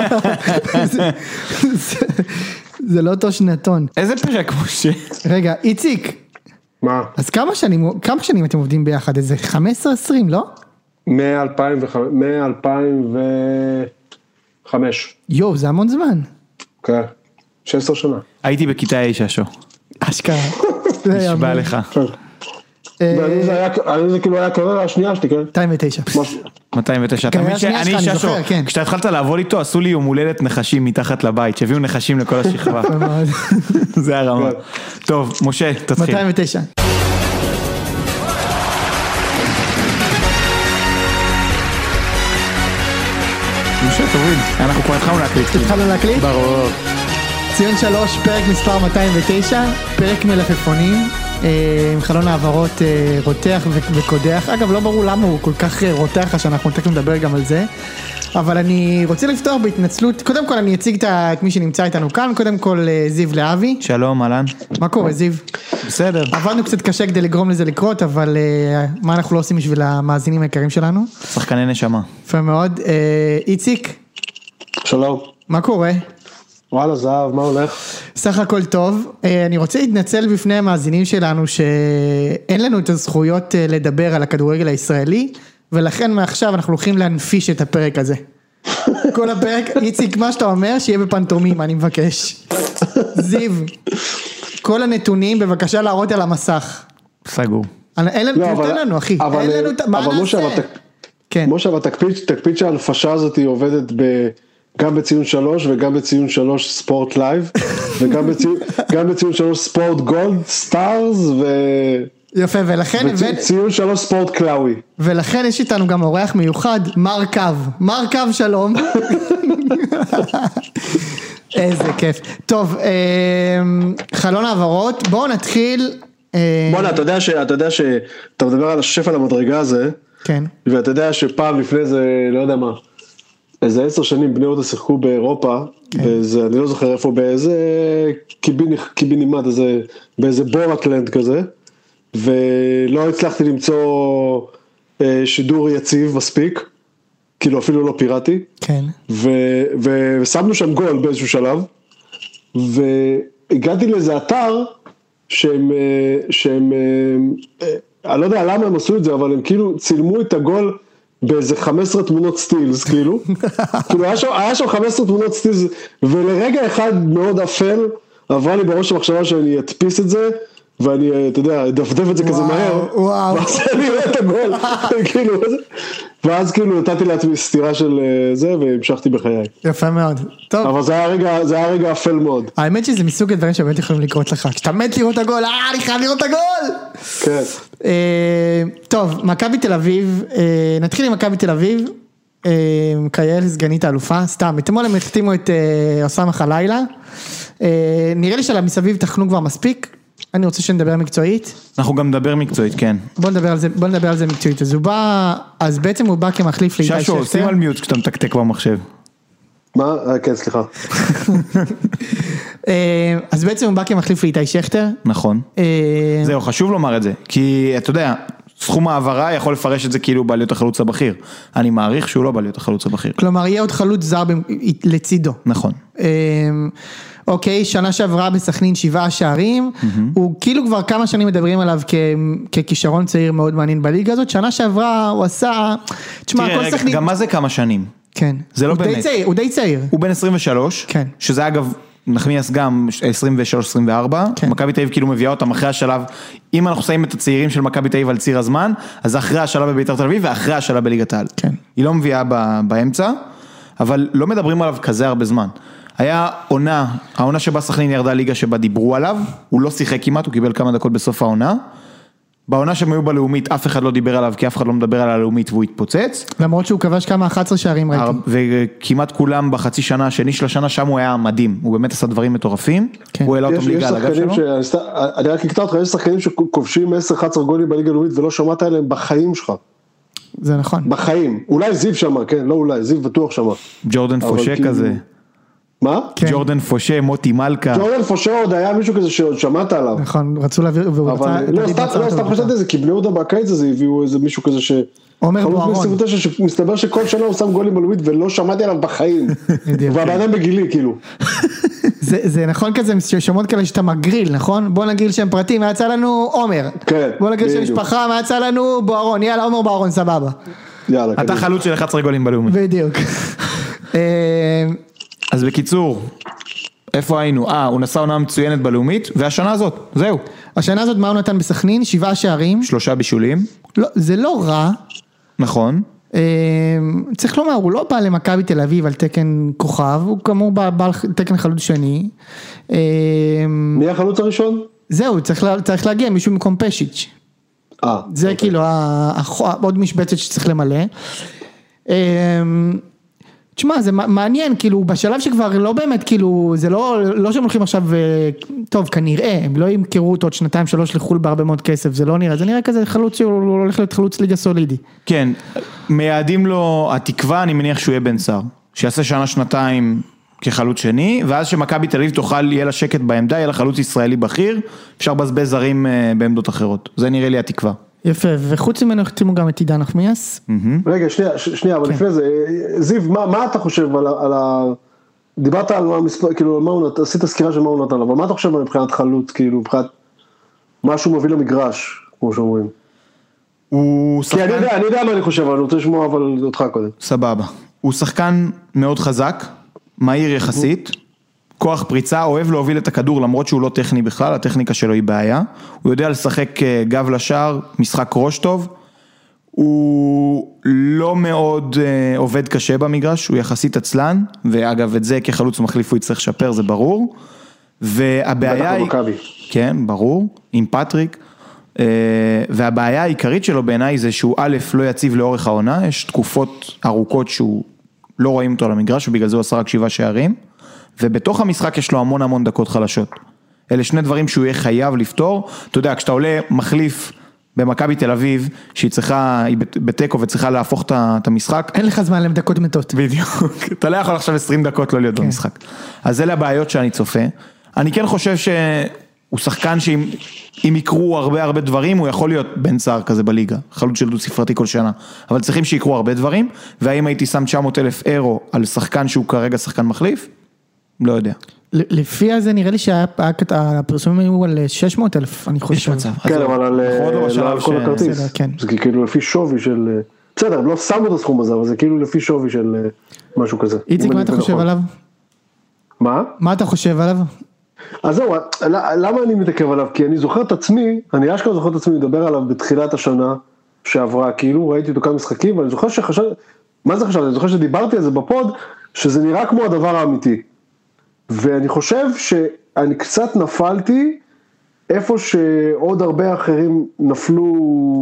זה לא אותו שנתון. איזה פרק, משה? רגע, איציק. מה? אז כמה שנים אתם עובדים ביחד? איזה 15-20, לא? מ-2005. יו, זה המון זמן. כן, 16 שנה. הייתי בכיתה אישה שו. אשכרה. נשבע לך. זה כאילו היה קריירה השנייה שלי, כן? 209. 209. קריירה שנייה שלך, אני זוכר, כן. כשאתה התחלת לעבוד איתו, עשו לי יום הולדת נחשים מתחת לבית, שהביאו נחשים לכל השכבה. זה הרמה. טוב, משה, תתחיל. 209. משה, תוביל. אנחנו כבר התחלנו להקליט. התחלנו להקליט? ברור. ציון 3, פרק מספר 209, פרק מלפפונים, עם חלון העברות רותח וקודח. אגב, לא ברור למה הוא כל כך רותח, שאנחנו תכף נדבר גם על זה. אבל אני רוצה לפתוח בהתנצלות. קודם כל אני אציג את מי שנמצא איתנו כאן. קודם כל זיו להבי. שלום, אלן. מה קורה, זיו? בסדר. עבדנו קצת קשה כדי לגרום לזה לקרות, אבל מה אנחנו לא עושים בשביל המאזינים היקרים שלנו? שחקני נשמה. יפה מאוד. איציק. שלום. מה קורה? וואלה, זהב, מה הולך? סך הכל טוב. אני רוצה להתנצל בפני המאזינים שלנו שאין לנו את הזכויות לדבר על הכדורגל הישראלי, ולכן מעכשיו אנחנו הולכים להנפיש את הפרק הזה. כל הפרק, איציק, מה שאתה אומר, שיהיה בפנטומים, אני מבקש. זיו, כל הנתונים בבקשה להראות על המסך. סגור. אין לנו, תן לנו אחי, אין לנו, מה נעשה? משה, אבל תקפיד שההנפשה הזאת היא עובדת גם בציון 3 וגם בציון 3 ספורט לייב, וגם בציון 3 ספורט גולד, סטארס יפה, ולכן ציון 3 ספורט קלאוי. ולכן יש איתנו גם אורח מיוחד, מרכב שלום. איזה כיף. טוב, חלון העברות, בואו נתחיל. בוא'נה, אתה יודע שאתה מדבר על השפל המדרגה הזה, כן. ואתה יודע שפעם לפני זה, לא יודע מה, איזה 10 שנים בני יהודה שיחקו באירופה, באיזה, אני לא זוכר איפה, באיזה קיבינימט, באיזה בורטלנד כזה, ולא הצלחתי למצוא שידור יציב מספיק, כאילו אפילו לא פיראטי, כן. ושמנו שם גול באיזשהו שלב, והגעתי לאיזה אתר, שהם, אני לא יודע למה הם עשו את זה, אבל הם כאילו צילמו את הגול, באיזה 15 תמונות סטילס, כאילו היה שם 15 תמונות סטילס, ולרגע אחד מאוד אפל, עברה לי בראש המחשבה שאני אדפיס את זה, ואני, אתה יודע, אדפדף את זה כזה מהר, ואז אני רואה את הגול, ואז כאילו נתתי לעצמי סתירה של זה, והמשכתי בחיי. יפה מאוד. טוב. אבל זה היה רגע אפל מאוד. האמת שזה מסוג הדברים שבאמת יכולים לקרות לך, כשאתה מת לראות את הגול, אני חייב לראות את הגול! כן. טוב, מכבי תל אביב, נתחיל עם מכבי תל אביב, קייל, סגנית האלופה, סתם, אתמול הם החתימו את אוסאמה חלילה, נראה לי שלמסביב תחנו כבר מספיק, אני רוצה שנדבר מקצועית. אנחנו גם נדבר מקצועית, כן. בוא נדבר על זה מקצועית. אז בעצם הוא בא כמחליף לאיתי שכטר. ששו, שים על מיוט כשאתה מתקתק במחשב. מה? כן, סליחה. אז בעצם הוא בא כמחליף לאיתי שכטר. נכון. זהו, חשוב לומר את זה. כי אתה יודע, סכום העברה יכול לפרש את זה כאילו בא להיות החלוץ הבכיר. אני מעריך שהוא לא בא להיות החלוץ הבכיר. כלומר, יהיה עוד חלוץ זר לצידו. נכון. אוקיי, שנה שעברה בסכנין 7 שערים, הוא כאילו כבר כמה שנים מדברים עליו ככישרון צעיר מאוד מעניין בליגה הזאת, שנה שעברה הוא עשה, תשמע, כל סכנין... גם מה זה כמה שנים? כן. זה לא באמת. הוא די צעיר. הוא בן 23, כן. שזה אגב, נחמיאס גם 23-24, מכבי תל אביב כאילו מביאה אותם אחרי השלב, אם אנחנו שמים את הצעירים של מכבי תל אביב על ציר הזמן, אז אחרי השלב בבית"ר תל אביב ואחרי השלב בליגת העל. כן. היא לא מביאה באמצע, אבל לא מדברים עליו כזה הרבה זמן. היה העונה שבה סכנין ירדה ליגה שבה דיברו עליו, הוא לא שיחק כמעט, הוא קיבל כמה דקות בסוף העונה, בעונה שהם היו בלאומית אף אחד לא דיבר עליו, כי אף אחד לא מדבר על הלאומית והוא התפוצץ. למרות שהוא כבש כמה 11 שערים ראיתי. וכמעט כולם בחצי שנה השני של השנה שם הוא היה מדהים, הוא באמת עשה דברים מטורפים, הוא העלה אותם ליגה על הגב שלו. אני רק אקטע אותך, יש שחקנים שכובשים 10-11 גולים בליגה הלאומית ולא שמעת עליהם בחיים שלך. זה נכון. בחיים, אולי זיו שמה, כן, לא אולי, זיו בטוח שמה. ג'ורדן פושה כזה. מה? ג'ורדן פושה, מוטי מלכה. ג'ורדן פושה עוד היה מישהו כזה שעוד שמעת עליו. נכון, רצו להעביר, והוא אבל לא, סתם חשבתי את זה, כי בני יהודה בקיץ הזה הביאו איזה מישהו כזה ש... עומר בוארון. שמסתבר שכל שנה הוא שם גולים בלאומית ולא שמעתי עליו בחיים. והבאדם בגילי כאילו. זה נכון כזה, שמות כאלה שאתה מגריל, נכון? בוא נגיד שם פרטים, יצא לנו עומר. כן. בוא נגיד שם משפחה, יצא לנו בוארון, יאללה עומר בוארון, סבבה. יאללה. אתה חלוץ של 11 גולים בלאומית. בדיוק. אז בקיצור, איפה היינו? הוא נסע עונה מצוינת בלאומית, והשנה הזאת, זהו. השנה הזאת מה הוא נתן בסכנין? 7 שערים. 3 בישולים. לא, זה לא רע. נכון. צריך לומר, הוא לא בא למכבי תל אביב על תקן כוכב, הוא כאמור בא על תקן חלוץ שני. מי החלוץ הראשון? זהו, צריך להגיע מישהו מקום פשיץ'. זה כאילו עוד משבצת שצריך למלא. תשמע, זה מעניין, כאילו, בשלב שכבר לא באמת, כאילו, זה לא שהם הולכים עכשיו, טוב, כנראה, הם לא ימכרו אותו עוד 2-3 לחול בהרבה מאוד כסף, זה לא נראה, זה נראה כזה חלוץ שהוא הולך להיות חלוץ ליגה סולידי. כן, מייעדים לו, התקווה, אני מניח שהוא יהיה בן שר, שיעשה שנה-שנתיים כחלוץ שני, ואז שמכבי תל אביב תוכל, יהיה לה שקט בעמדה, יהיה לה חלוץ ישראלי בכיר, אפשר בזבז זרים בעמדות אחרות, זה נראה לי התקווה. יפה, וחוץ ממנו החתימו גם את עידן נחמיאס. רגע, שנייה, אבל לפני זה, זיו, מה אתה חושב על דיברת על המספר, כאילו, עשית סקירה של מה הוא נתן, אבל מה אתה חושב מבחינת חלוץ, כאילו, מבחינת מה שהוא מביא למגרש, כמו שאומרים? כי אני יודע מה אני חושב, אבל אני רוצה לשמוע אבל אותך קודם. סבבה. הוא שחקן מאוד חזק, מהיר יחסית, כוח פריצה, אוהב להוביל את הכדור למרות שהוא לא טכני בכלל, הטכניקה שלו היא בעיה, הוא יודע לשחק גב לשער, משחק ראש טוב, הוא לא מאוד עובד קשה במגרש, הוא יחסית עצלן, ואגב את זה כחלוץ מחליף הוא יצטרך לשפר, זה ברור, והבעיה היא, כן, ברור, עם פטריק, והבעיה העיקרית שלו בעיניי זה שהוא א' לא יציב לאורך העונה, יש תקופות ארוכות שהוא לא רואים אותו על המגרש, ובגלל זה הוא עשה רק 7 שערים, ובתוך המשחק יש לו המון דקות חלשות. אלה שני דברים שהוא יהיה חייב לפתור. אתה יודע, כשאתה עולה מחליף במכבי תל אביב, שהיא צריכה, היא בטקו וצריכה להפוך את המשחק. אין לך זמן לדקות מתות. בדיוק. אתה לא יכול עכשיו 20 דקות לא להיות במשחק. אז אלה הבעיות שאני צופה. אני כן חושב שהוא שחקן שאם יקרו הרבה דברים, הוא יכול להיות בן שר כזה בליגה. חלוץ של דו ספרתי כל שנה. אבל צריכים שיקרו הרבה דברים. והאם הייתי שם 900,000 אירו על שחקן שהוא כרגע שחקן מחליף? לא יודע. לפי הזה נראה לי שהפרסומים היו על 600,000, אני חושב. יש מצב. כן, אבל על כל הכרטיס. זה כאילו לפי שווי של... בסדר, הם לא שמו את הסכום הזה, אבל זה כאילו לפי שווי של משהו כזה. איציק, מה אתה חושב עליו? מה? מה אתה חושב עליו? אז זהו, למה אני מתעכב עליו? כי אני זוכר את עצמי, אני אשכרה זוכר את עצמי לדבר עליו בתחילת השנה שעברה, כאילו ראיתי אותו כמה משחקים, ואני זוכר מה זה חשבתי? אני זוכר שדיברתי על זה בפוד, שזה נראה כמו הדבר האמיתי. ואני חושב שאני קצת נפלתי איפה שעוד הרבה אחרים נפלו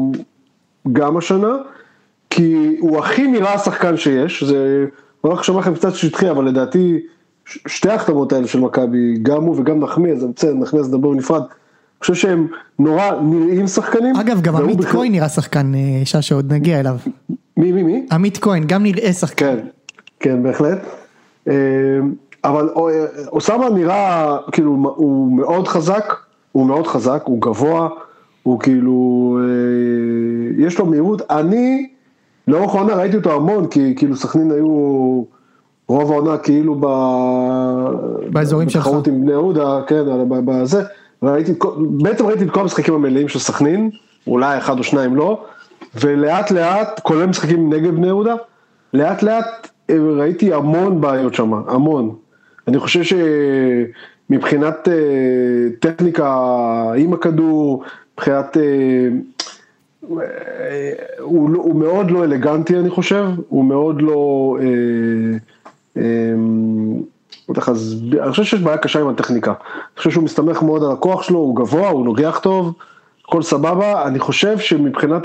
גם השנה, כי הוא הכי נראה השחקן שיש, זה לא רק שמע לכם קצת שטחי, אבל לדעתי שתי החתמות האלה של מכבי, גם הוא וגם נחמיאס, נחמיאס נדבר נפרד, אני חושב שהם נורא נראים שחקנים. אגב, גם עמית כהן נראה שחקן, שעוד נגיע אליו. מי? עמית כהן, גם נראה שחקן. כן, בהחלט. אבל אוסמה נראה, כאילו, הוא מאוד חזק, הוא גבוה, הוא כאילו, יש לו מהירות. אני, לאורך העונה ראיתי אותו המון, כי כאילו סכנין היו רוב העונה כאילו באזורים שלך. בתחרות עם בני יהודה, כן, בזה. בעצם ראיתי את כל המשחקים המלאים של סכנין, אולי 1 או 2 לא, ולאט לאט, כולל משחקים נגד בני יהודה, לאט לאט ראיתי המון בעיות שם, המון. אני חושב שמבחינת טכניקה עם הכדור, מבחינת, הוא מאוד לא אלגנטי אני חושב, הוא מאוד לא, אני חושב שיש בעיה קשה עם הטכניקה, אני חושב שהוא מסתמך מאוד על הכוח שלו, הוא גבוה, הוא נוגח טוב, הכל סבבה, אני חושב שמבחינת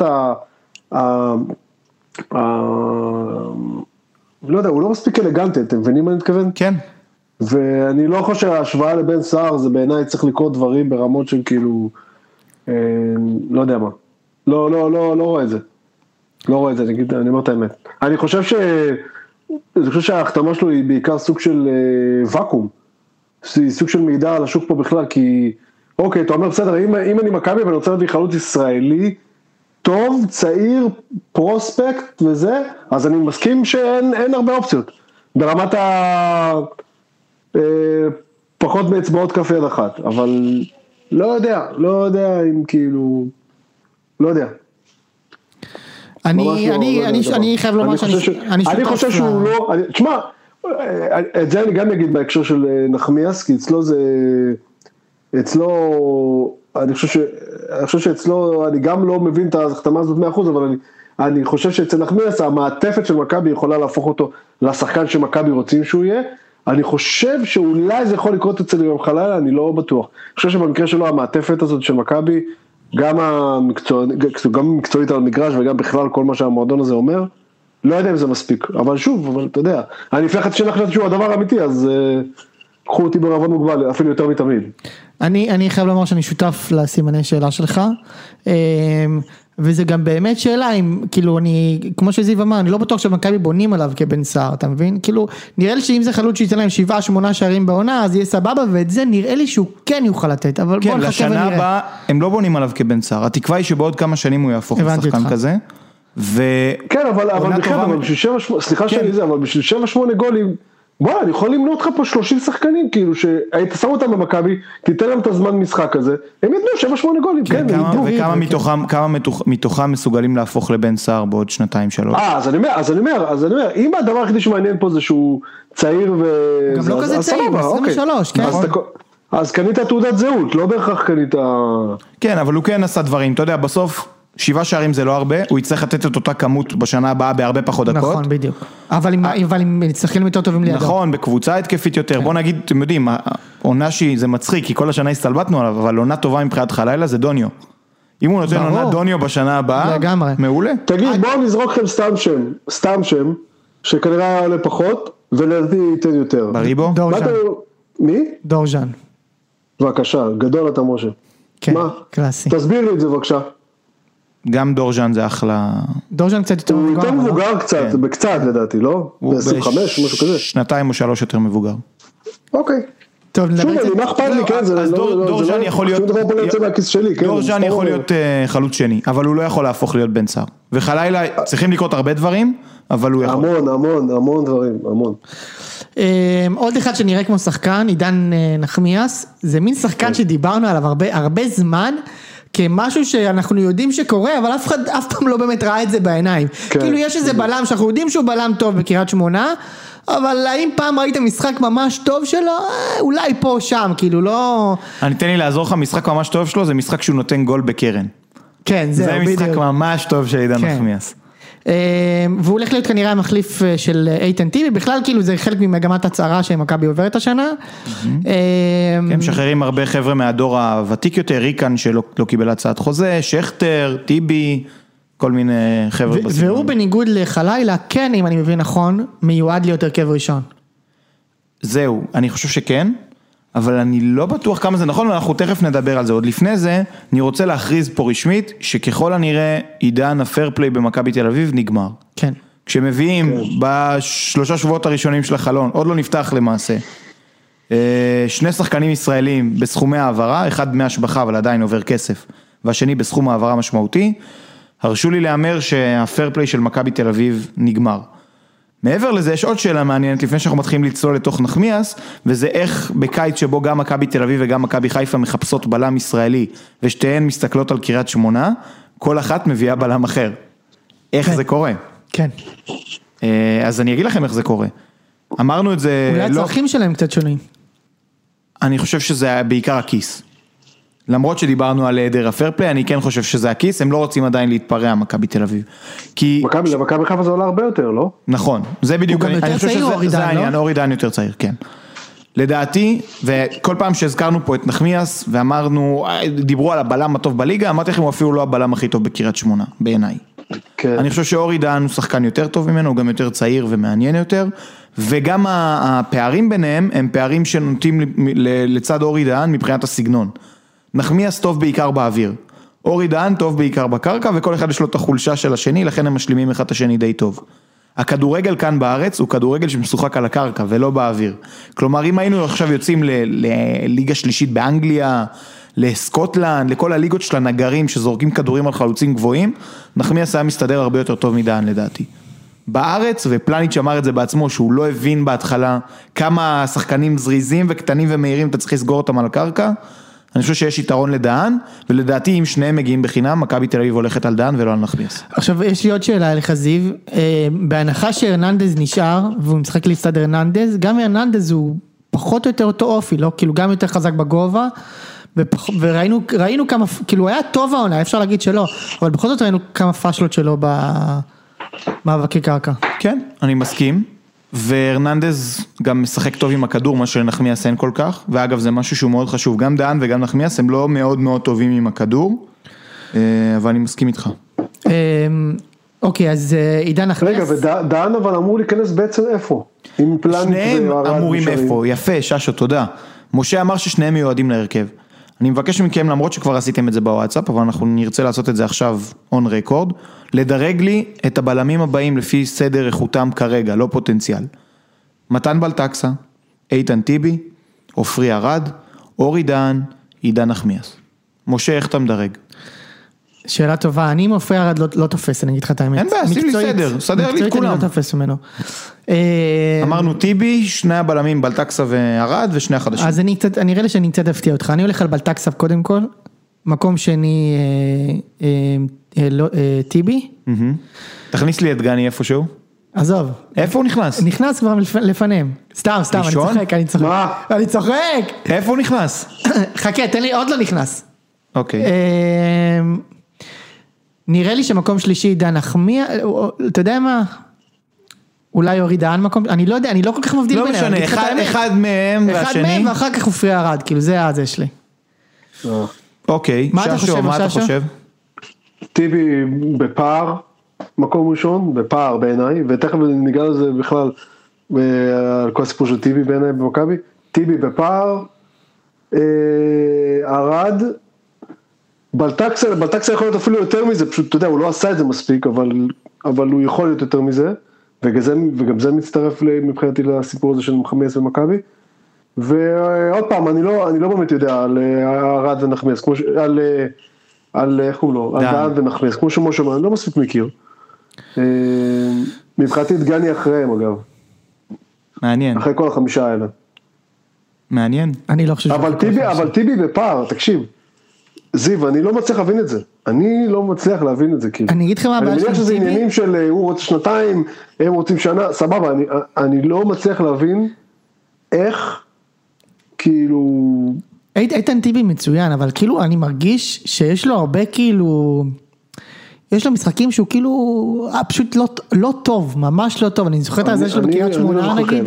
לא יודע, הוא לא מספיק אלגנטי, אתם מבינים מה אני מתכוון? כן. ואני לא חושב שההשוואה לבן סער, זה בעיניי צריך לקרות דברים ברמות של כאילו, לא יודע מה. לא רואה את זה. לא רואה את זה, אני אומר את האמת. אני חושב אני חושב שההחתמה שלו היא בעיקר סוג של ואקום, סוג של מידע על השוק פה בכלל, כי אוקיי, אתה אומר בסדר, אם אני מכבי ואני רוצה להביא חלוץ ישראלי, טוב, צעיר, פרוספקט וזה, אז אני מסכים שאין הרבה אופציות, ברמת פחות מאצבעות כף יד אחת, אבל לא יודע אם כאילו, לא יודע. אני חייב לומר שאני שותף. אני חושב שהוא לא, תשמע, את זה אני גם אגיד בהקשר של נחמיאס, כי אצלו, אני חושב שאצלו, אני גם לא מבין את ההחתמה הזאת 100%, אבל אני חושב שאצל נחמיאס, המעטפת של מכבי יכולה להפוך אותו לשחקן שמכבי רוצים שהוא יהיה, אני חושב שאולי זה יכול לקרות אצל יום חלילה, אני לא בטוח. אני חושב שבמקרה שלו, המעטפת הזאת של מכבי, גם מקצועית על המגרש, וגם בכלל כל מה שהמועדון הזה אומר, לא יודע אם זה מספיק, אבל שוב, אתה יודע, אני לפני חצי שנה חשבתי שהוא הדבר אמיתי, אז קחו אותי בערבון מוגבל, אפילו יותר מתמיד. אני חייב לומר שאני שותף לסימני שאלה שלך, וזה גם באמת שאלה, כאילו כמו שזיו אמר, אני לא בטוח שמכבי בונים עליו כבן סער, אתה מבין? כאילו, נראה לי שאם זה חלוץ שייתן להם 7-8 שערים בעונה, אז יהיה סבבה, ואת זה נראה לי שהוא כן יוכל לתת, אבל בוא נחכה ונראה. כן, לשנה הבאה, הם לא בונים עליו כבן סער, התקווה היא שבעוד כמה שנים הוא יהפוך לשחקן כזה, כן, אבל בשביל 7-8 גולים, בוא, אני יכול למנות לך פה 30 שחקנים, כאילו שהיית שם אותם במכבי, תיתן להם את הזמן משחק הזה, הם יתנו 7-8 גולים, כן. וכמה מתוכם מסוגלים להפוך לבן סער בעוד 2-3? אז אני אומר, אם הדבר היחידי שמעניין פה זה שהוא צעיר גם לא כזה צעיר, 23, כן. אז קנית תעודת זהות, לא בהכרח קנית... כן, אבל הוא כן עשה דברים, אתה יודע, בסוף... 7 שערים זה לא הרבה, הוא יצטרך לתת את אותה כמות בשנה הבאה בהרבה פחות דקות. נכון, בדיוק. אבל אם נצטרכים יותר טובים לידו. נכון, בקבוצה התקפית יותר. בוא נגיד, אתם יודעים, עונה זה מצחיק, כי כל השנה הסתלבטנו עליו, אבל עונה טובה מבחינת חלילה זה דוניו. אם הוא נותן עונה דוניו בשנה הבאה, מעולה. תגיד, בואו נזרוק לכם סתם שם, שכנראה היה עולה פחות, ולדעתי ייתן יותר. בריבו? דורז'אן. מי? דורז'אן. בבקשה, גדול אתה משה. כן, קלאסי. תסביר לי את זה בבקשה. גם דורז'אן זה אחלה. דורז'אן קצת יותר מבוגר. הוא יותר מבוגר קצת, בקצת לדעתי, לא? ב-25, משהו כזה. 2 או 3 יותר מבוגר. אוקיי. טוב, שוב, אני מה אכפת לי, כן, זה לא... דורז'אן יכול להיות... דורז'אן יכול להיות חלוץ שני, אבל הוא לא יכול להפוך להיות בן סער. וחלילה צריכים לקרות הרבה דברים, אבל הוא יכול. המון דברים, המון. עוד אחד שנראה כמו שחקן, עידן נחמיאס, זה מין שחקן שדיברנו עליו הרבה זמן, כמשהו שאנחנו יודעים שקורה, אבל אף פעם לא באמת ראה את זה בעיניים. כאילו יש איזה בלם שאנחנו יודעים שהוא בלם טוב בקריית שמונה, אבל האם פעם ראית משחק ממש טוב שלו? אולי פה או שם, כאילו לא... אני תן לי לעזור לך, משחק ממש טוב שלו, זה משחק שהוא נותן גול בקרן. כן, זה משחק ממש טוב של עידן נחמיאס. והוא הולך להיות כנראה המחליף של איתן טיבי, בכלל כאילו זה חלק ממגמת הצערה שמכבי עוברת השנה. הם משחררים הרבה חבר'ה מהדור הוותיק יותר, ריקן שלא קיבל הצעת חוזה, שכטר, טיבי, כל מיני חבר'ה בסגנון. והוא בניגוד לחלילה, כן, אם אני מבין נכון, מיועד להיות הרכב ראשון. זהו, אני חושב שכן, אבל אני לא בטוח כמה זה נכון, ואנחנו תכף נדבר על זה. עוד לפני זה, אני רוצה להכריז פה רשמית, שככל הנראה, עידן הפרפליי במכבי תל אביב נגמר. כן. כשמביאים ב3 שבועות הראשונים של החלון, עוד לא נפתח למעשה, 2 שחקנים ישראלים בסכומי העברה, אחד מהשבחה אבל עדיין עובר כסף, והשני בסכום העברה משמעותי, הרשו לי לאמר שהפרפליי של מכבי תל אביב נגמר. מעבר לזה יש עוד שאלה מעניינת לפני שאנחנו מתחילים לצלול לתוך נחמיאס, וזה איך בקיץ שבו גם מכבי תל אביב וגם מכבי חיפה מחפשות בלם ישראלי, ושתיהן מסתכלות על קריית שמונה, כל אחת מביאה בלם אחר. איך זה קורה? כן. אז אני אגיד לכם איך זה קורה. אמרנו את זה... אולי הצרכים שלהם קצת שונים. אני חושב שזה בעיקר הכיס. למרות שדיברנו על היעדר הפרפליי, אני כן חושב שזה הכיס, הם לא רוצים עדיין להתפרע מכבי תל אביב. למכבי חיפה זה עולה הרבה יותר, לא? נכון, זה בדיוק, אני חושב שזה העניין, אורי דן יותר צעיר, כן. לדעתי, וכל פעם שהזכרנו פה את נחמיאס, ואמרנו, דיברו על הבלם הטוב בליגה, אמרתי לכם, הוא אפילו לא הבלם הכי טוב בקריית שמונה, בעיניי. אני חושב שאורי דן הוא שחקן יותר טוב ממנו, הוא גם יותר צעיר ומעניין יותר, וגם הפערים ביניהם, הם פערים שנוטים לצד אורי דן מבחינת הסגנון. נחמיאס טוב בעיקר באוויר, אורי דן טוב בעיקר בקרקע, וכל אחד יש לו את החולשה של השני, לכן הם משלימים אחד את השני די טוב. הכדורגל כאן בארץ הוא כדורגל שמשוחק על הקרקע ולא באוויר. כלומר, אם היינו עכשיו יוצאים לליגה שלישית באנגליה, לסקוטלנד, לכל הליגות של הנגרים שזורקים כדורים על חלוצים גבוהים, נחמיאס היה מסתדר הרבה יותר טוב מדהן לדעתי. בארץ, ופלניץ' אמר את זה בעצמו, שהוא לא הבין בהתחלה כמה שחקנים זריזים וקטנים ומהירים אתה צריך לסגור אותם על הקרקע, אני חושב שיש יתרון לדהן, ולדעתי אם שניהם מגיעים בחינם, מכבי תל אביב הולכת על דהן ולא על נחמיאס. עכשיו יש לי עוד שאלה אליך זיו, בהנחה שהרננדז נשאר, והוא משחק לצד הרננדז, גם הרננדז הוא פחות או יותר אותו אופי, לא? כאילו גם יותר חזק בגובה, וראינו כמה, כאילו היה טוב העונה, אפשר להגיד שלא, אבל בכל זאת ראינו כמה פשלות שלו במאבקי קרקע. כן, אני מסכים. והרננדז גם משחק טוב עם הכדור, מה שנחמיאס אין כל כך, ואגב זה משהו שהוא מאוד חשוב, גם דהן וגם נחמיאס הם לא מאוד מאוד טובים עם הכדור, אבל אני מסכים איתך. אוקיי, אז עידן נחמיאס. רגע, ודהן אבל אמור להיכנס בעצם איפה? שניהם אמורים איפה, יפה, ששו, תודה. משה אמר ששניהם מיועדים להרכב. אני מבקש מכם, למרות שכבר עשיתם את זה בוואטסאפ, אבל אנחנו נרצה לעשות את זה עכשיו on record, לדרג לי את הבלמים הבאים לפי סדר איכותם כרגע, לא פוטנציאל. מתן בלטקסה, איתן טיבי, עופרי ארד, אורי דהן, עידן נחמיאס. משה, איך אתה מדרג? שאלה טובה, אני עם עופרי ארד לא תופס, אני אגיד לך את האמת. אין בעיה, שים לי סדר, סדר לי את כולם. אני לא תופס ממנו. אמרנו טיבי, שני הבלמים, בלטקסה וארד, ושני החדשים. אז אני רואה שאני קצת אפתיע אותך, אני הולך על בלטקסה קודם כל, מקום שני טיבי. תכניס לי את גני איפשהו. עזוב. איפה הוא נכנס? נכנס כבר לפניהם. סתם, אני צוחק. איפה הוא נכנס? חכה, תן לי, עוד לא נכנס. אוקיי. נראה לי שמקום שלישי עידן נחמיאס, אתה יודע מה? אולי אורי דהן מקום, אני לא יודע, אני לא כל כך מבדיל ביניהם. לא משנה, אחד מהם והשני. אחד מהם ואחר כך עופרי ארד, כאילו זה הזה שלי. אוקיי, ששו, מה אתה חושב? טיבי בפער, מקום ראשון, בפער בעיניי, ותכף ניגע לזה בכלל, על כל הסיפור של טיבי בעיניי במכבי, טיבי בפער, ארד, בלטקסה יכול להיות אפילו יותר מזה, פשוט, אתה יודע, הוא לא עשה את זה מספיק, אבל הוא יכול להיות יותר מזה, וגם זה מצטרף מבחינתי לסיפור הזה של נחמיאס ומכבי, ועוד פעם, אני לא באמת יודע על ארד ונחמיאס, על איך הוא לא, על דהן ונחמיאס, כמו שמשה אמר, אני לא מספיק מכיר. מבחינתי את גני אחריהם אגב. מעניין. אחרי כל החמישה האלה. מעניין. אני לא חושב. אבל טיבי בפער, תקשיב. זיו, אני לא מצליח להבין את זה. אני לא מצליח להבין את זה, כאילו. אני אגיד לך מה הבעיה של טיבי. אני מניח שזה עניינים של, הוא רוצה שנתיים, הם רוצים שנה, סבבה, אני לא מצליח להבין איך, כאילו... איתן טיבי מצוין, אבל כאילו אני מרגיש שיש לו הרבה כאילו... יש לו משחקים שהוא כאילו פשוט לא טוב, ממש לא טוב, אני זוכר את זה שלו בקריית שמונה נגיד.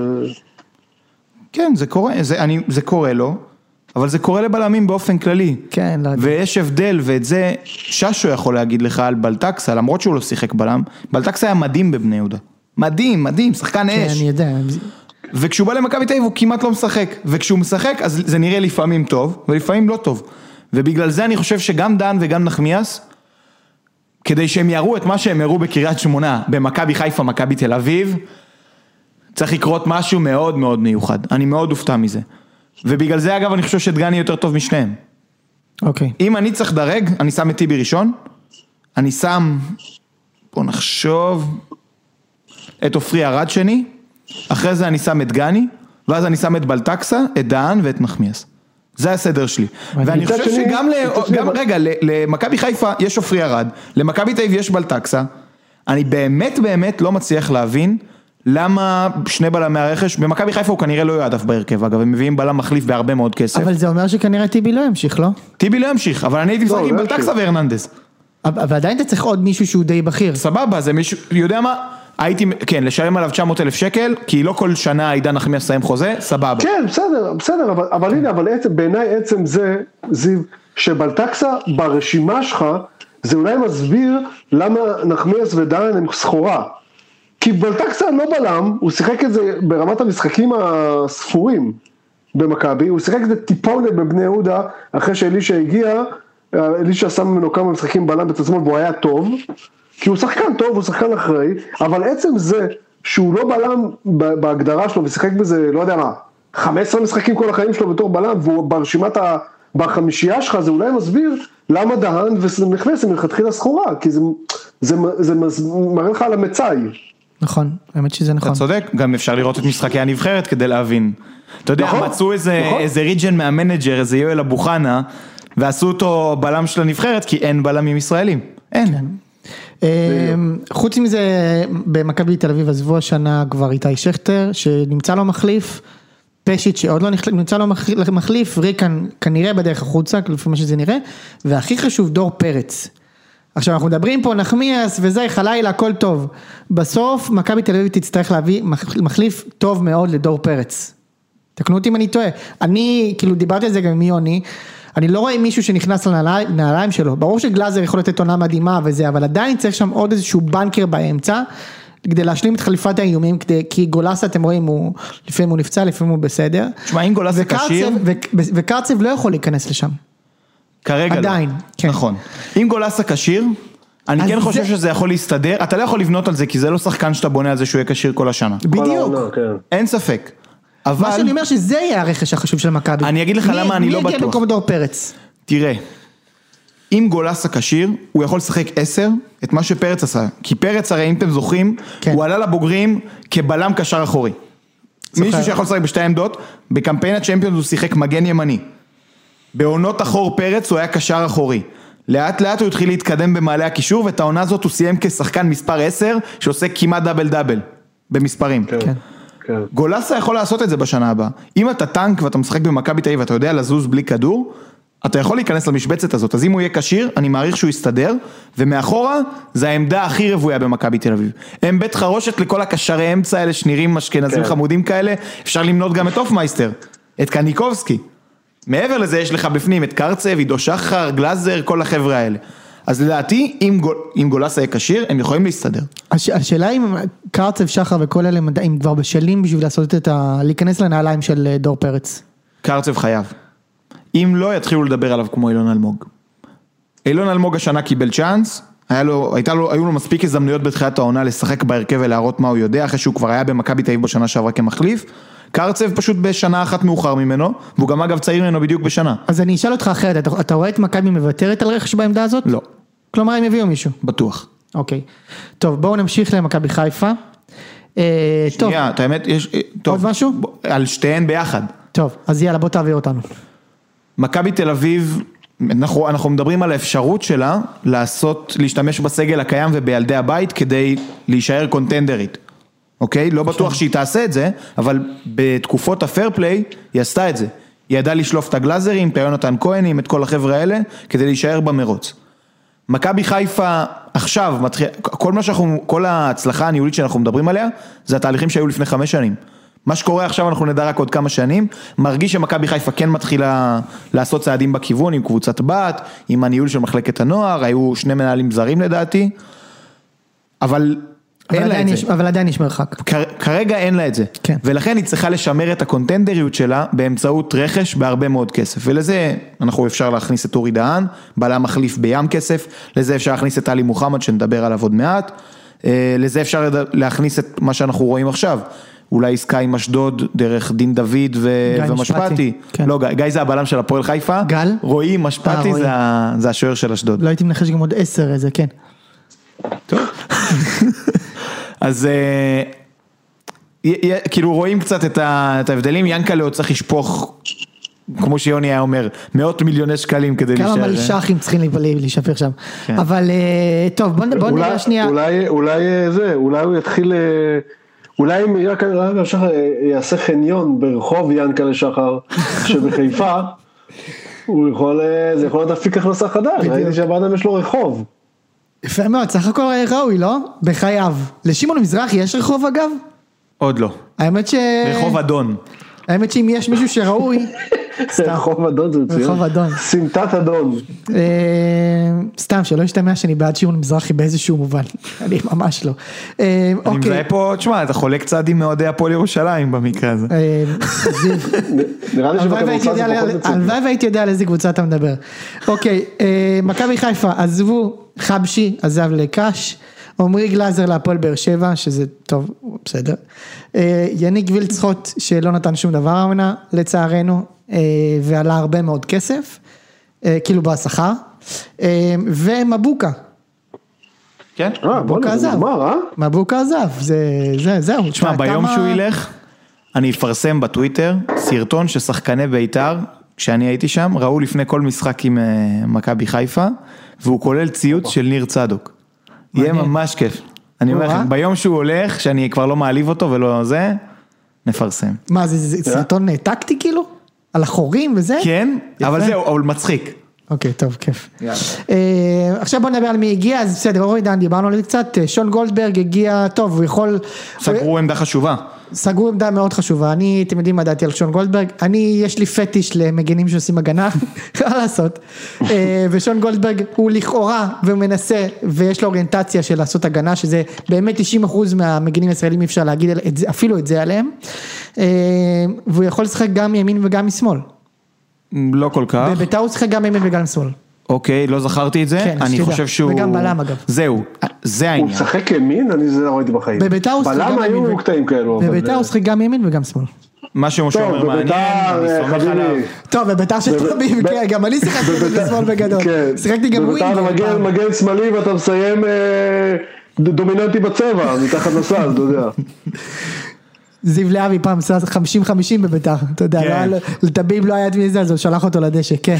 כן, זה קורה לו, אבל זה קורה לבלמים באופן כללי. כן, לא יודע. ויש הבדל, ואת זה ששו יכול להגיד לך על בלטקסה, למרות שהוא לא שיחק בלם, בלטקסה היה מדהים בבני יהודה. מדהים, שחקן אש. כן, אני יודע. וכשהוא בא למכבי תל אביב הוא כמעט לא משחק, וכשהוא משחק אז זה נראה לפעמים טוב, ולפעמים לא טוב. ובגלל זה אני חושב שגם דהן וגם נחמיאס, כדי שהם יראו את מה שהם הראו בקריית שמונה, במכבי חיפה, מכבי תל אביב, צריך לקרות משהו מאוד מאוד מיוחד. אני מאוד אופתע מזה. ובגלל זה אגב אני חושב שדגני יותר טוב משניהם. אוקיי. אם אני צריך דרג, אני שם את טיבי ראשון, אני שם, בוא נחשוב, את עופרי ארד שני, אחרי זה אני שם את גני, ואז אני שם את בלטקסה, את דהן ואת נחמיאס. זה הסדר שלי. ואני חושב שגם, רגע, למכבי חיפה יש עופרי ארד, למכבי תל אביב יש בלטקסה, אני באמת לא מצליח להבין, למה שני בלמי הרכש, במכבי חיפה הוא כנראה לא יועדף בהרכב, אגב, הם מביאים בלם מחליף בהרבה מאוד כסף. אבל זה אומר שכנראה טיבי לא ימשיך, לא? טיבי לא ימשיך, אבל אני הייתי משחק עם בלטקסה והרננדז. אבל עדיין אתה צריך עוד מישהו שהוא די בכיר. סבבה, זה מישהו, יודע מה? הייתי, כן, לשלם עליו 900,000 שקל, כי לא כל שנה עידן נחמיאס סיים חוזה, סבבה. כן, בסדר, אבל הנה, אבל בעיניי עצם זה, זיו, שבלטקסה ברשימה שלך, זה אולי מסביר למה נחמיאס ודהן הם סחורה. כי בלטקסה לא בלם, הוא שיחק את זה ברמת המשחקים הספורים במכבי, הוא שיחק את זה טיפונת בבני יהודה, אחרי שאלישה הגיע, אלישה שם ממנו כמה משחקים בלם בצד שמאל, והוא היה טוב, כי הוא שחקן טוב, הוא שחקן אחראי, אבל עצם זה שהוא לא בלם בהגדרה שלו, ושיחק בזה, לא יודע מה, 15 משחקים כל החיים שלו בתור בלם, והוא ברשימת בחמישייה שלך, זה אולי מסביר למה דהן ונכנס עם מלכתחילה סחורה, כי זה מראה לך על המצאי. נכון, האמת שזה נכון. אתה צודק, גם אפשר לראות את משחקי הנבחרת כדי להבין. אתה יודע, מצאו איזה ריג'ן מהמנג'ר, איזה יואל אבו חנה, ועשו אותו בלם של הנבחרת, כי אין בלמים ישראלים. אין. חוץ מזה, במכבי תל אביב עזבו השנה כבר איתי שכטר, שנמצא לו מחליף, פשיט שעוד לא נמצא לו מחליף, ריקן כנראה בדרך החוצה, לפי מה שזה נראה, והכי חשוב דור פרץ. עכשיו אנחנו מדברים פה נחמיאס וזה, חלילה, הכל טוב. בסוף מכבי תל אביב תצטרך להביא מחליף טוב מאוד לדור פרץ. תקנו אותי אם אני טועה. אני, כאילו דיברתי על זה גם עם יוני, אני לא רואה מישהו שנכנס לנעליים שלו. ברור שגלאזר יכול לתת עונה מדהימה וזה, אבל עדיין צריך שם עוד איזשהו בנקר באמצע, כדי להשלים את חליפת האיומים, כי גולסה אתם רואים, לפעמים הוא נפצע, לפעמים הוא בסדר. תשמע, אם גולסה קשיר... וקרצב לא יכול להיכנס לשם. כרגע עדיין, לא. כן. נכון. אם גולסה קשיר, אני כן חושב שזה יכול להסתדר, אתה לא יכול לבנות על זה, כי זה לא שחקן שאתה בונה על זה שהוא יהיה קשיר כל השנה. בדיוק. אין ספק. מה שאני אומר שזה יהיה הרכש החשוב של מכבי. אני אגיד לך למה אני לא בטוח. מי יגיע במקום דור פרץ? תראה, אם גולסה קשיר, הוא יכול לשחק 10, את מה שפרץ עשה. כי פרץ הרי אם אתם זוכרים, הוא עלה לבוגרים כבלם קשר אחורי. מישהו שיכול לשחק בשתי עמדות, בקמפיין הצ'מפיונס הוא שיחק מגן ימני. בעונות אחור פרץ הוא היה קשר אחורי. לאט לאט הוא התחיל להתקדם במעלה הקישור, ואת העונה הזאת הוא סיים כשחקן מספר 10, שעושה כמעט דאבל דאבל, במספרים. כן. גולסה יכול לעשות את זה בשנה הבאה. אם אתה טנק ואתה משחק במכבי תל אביב ואתה יודע לזוז בלי כדור, אתה יכול להיכנס למשבצת הזאת. אז אם הוא יהיה קשיר, אני מעריך שהוא יסתדר, ומאחורה זה העמדה הכי רבויה במכבי תל אביב. הם בית חרושת לכל הקשרי אמצע האלה שנראים אשכנזים חמודים כאלה, אפשר למנות גם את אופמייסטר, את קניקובסקי. מעבר לזה יש לך בפנים את קרצב, עידו שחר, גלאזר, כל החבר'ה האלה. אז לדעתי, אם גולסה יהיה קשיר, הם יכולים להסתדר. השאלה אם קרצב, שחר וכל אלה, הם כבר בשלים בשביל לעשות להיכנס לנעליים של דור פרץ. קרצב חייב. אם לא, יתחילו לדבר עליו כמו אילון אלמוג. אילון אלמוג השנה קיבל צ'אנס, היו לו מספיק הזדמנויות בתחילת העונה לשחק בהרכב ולהראות מה הוא יודע, אחרי שהוא כבר היה במכבי תל אביב בשנה שעברה כמחליף. קרצב פשוט בשנה אחת מאוחר ממנו, והוא גם אגב צעיר ממנו בדיוק בשנה. אז אני אשאל אותך אחרת, אתה רואה את מכבי מוותרת על רכש בעמדה הזאת? לא. כלומר, הם הביאו מישהו? בטוח. אוקיי. טוב, בואו נמשיך למכבי חיפה. שנייה, את האמת, יש... עוד משהו? על שתיהן ביחד. טוב, אז יאללה, בוא תעביר אותנו. מכבי תל אביב, אנחנו מדברים על האפשרות שלה להשתמש בסגל הקיים ובילדי הבית כדי להישאר קונטנדרית. אוקיי? לא בטוח שהיא תעשה את זה, אבל בתקופות הפייר פליי היא עשתה את זה. היא ידעה לשלוף את הגלאזרים, את יונתן כהנים, את כל החבר'ה האלה, כדי להישאר במרוץ. מכבי חיפה עכשיו, כל ההצלחה הניהולית שאנחנו מדברים עליה, זה התהליכים שהיו לפני 5 שנים. מה שקורה עכשיו אנחנו נדע רק עוד כמה שנים, מרגיש שמכבי חיפה כן מתחילה לעשות צעדים בכיוון, עם קבוצת בת, עם הניהול של מחלקת הנוער, היו 2 מנהלים זרים לדעתי, אבל עדיין יש מרחק. כרגע אין לה את זה. כן. ולכן היא צריכה לשמר את הקונטנדריות שלה באמצעות רכש בהרבה מאוד כסף. ולזה אפשר להכניס את אורי דהן, בלם מחליף בים כסף, לזה אפשר להכניס את אלי מוחמד שנדבר עליו עוד מעט, לזה אפשר להכניס את מה שאנחנו רואים עכשיו, אולי עסקה עם אשדוד דרך דין דוד ומשפטי. כן. לא, גיא זה הבלם של הפועל חיפה. גל? רועי משפטי זה השוער של אשדוד. לא הייתי מנחש גם עוד 10 איזה, כן. טוב. אז כאילו רואים קצת את ההבדלים, ינקלה עוד צריך לשפוך, כמו שיוני היה אומר, 100 מיליוני שקלים כדי להישאר. כמה מלשכים צריכים להישפך שם. אבל טוב, בוא נראה שנייה. אולי הוא יתחיל, אולי אם ינקלה שחר יעשה חניון ברחוב ינקלה שחר שבחיפה, זה יכול להיות אפיק הכנסה חדש, ראיתי שהבאדם יש לו רחוב. יפה מאוד, סך הכל ראוי, לא? בחייו. לשמעון מזרחי יש רחוב אגב? עוד לא. האמת רחוב אדון. האמת שאם יש מישהו שראוי, רחוב אדון זה מצוין. רחוב אדון. סמטת אדון. סתם, שלא ישתמע שאני בעד שמעון מזרחי באיזשהו מובן. אני ממש לא. אני מזהה פה, תשמע, אתה חולק צד עם אוהדי הפועל ירושלים במקרה הזה. נראה לי שבכדורסל זה פחות מצוין. הלוואי והייתי יודע על איזה קבוצה אתה מדבר. אוקיי, מכבי חיפה, עזבו, חבשי, עזב לקש, עומרי גלאזר להפועל באר שבע, שזה טוב, בסדר. יניק וילצחוט, שלא נתן שום דבר העונה, לצערנו, ועלה הרבה מאוד כסף, כאילו בשכר, ומבוקה. כן? בוא'נה, זה נגמר, מבוקה עזב, זהו. תשמע, ביום שהוא ילך, אני אפרסם בטוויטר סרטון ששחקני בית"ר, כשאני הייתי שם, ראו לפני כל משחק עם מכבי חיפה, והוא כולל ציוץ של ניר צדוק. יהיה ממש כיף. אני אומר לכם, ביום שהוא הולך, שאני כבר לא מעליב אותו ולא זה, נפרסם. מה, זה סרטון טקטי כאילו? על החורים וזה? כן, אבל זהו, אבל מצחיק. אוקיי, טוב, כיף. עכשיו בוא נדבר על מי הגיע, אז בסדר, אורי דן, דיברנו על זה קצת, שון גולדברג הגיע, טוב, הוא יכול... סגרו עמדה חשובה. סגרו עמדה מאוד חשובה, אתם יודעים מה דעתי על שון גולדברג, יש לי פטיש למגנים שעושים הגנה, מה לעשות, ושון גולדברג הוא לכאורה ומנסה, ויש לו אוריינטציה של לעשות הגנה, שזה באמת 90% מהמגנים הישראלים אי אפשר להגיד אפילו את זה עליהם, והוא יכול לשחק גם מימין וגם משמאל. לא כל כך. בבית"ר הוא שחק גם ימין וגם שמאל. אוקיי, לא זכרתי את זה, כן, אני חושב שהוא... וגם בלם אגב. זהו, זה העניין. הוא משחק ימין? אני זה לא ראיתי בחיים. בבית"ר הוא שחק גם ימין. בלם היו קטעים כאלו. בבית"ר הוא שחק גם ימין וגם שמאל. מה שמשה אומר מעניין, אני סומך עליו. טוב, בבית"ר שטובים, כן, גם אני שיחקתי ימין ושמאל בגדול. שיחקתי גם ווינגר. בבית"ר מגן שמאלי ואתה מסיים דומיננטי בצבע, מתחת לסל, אתה יודע. זיו להבי פעם 50-50 בביתר, אתה יודע, לטביב לא היה את מי זה, אז הוא שלח אותו לדשא, כן.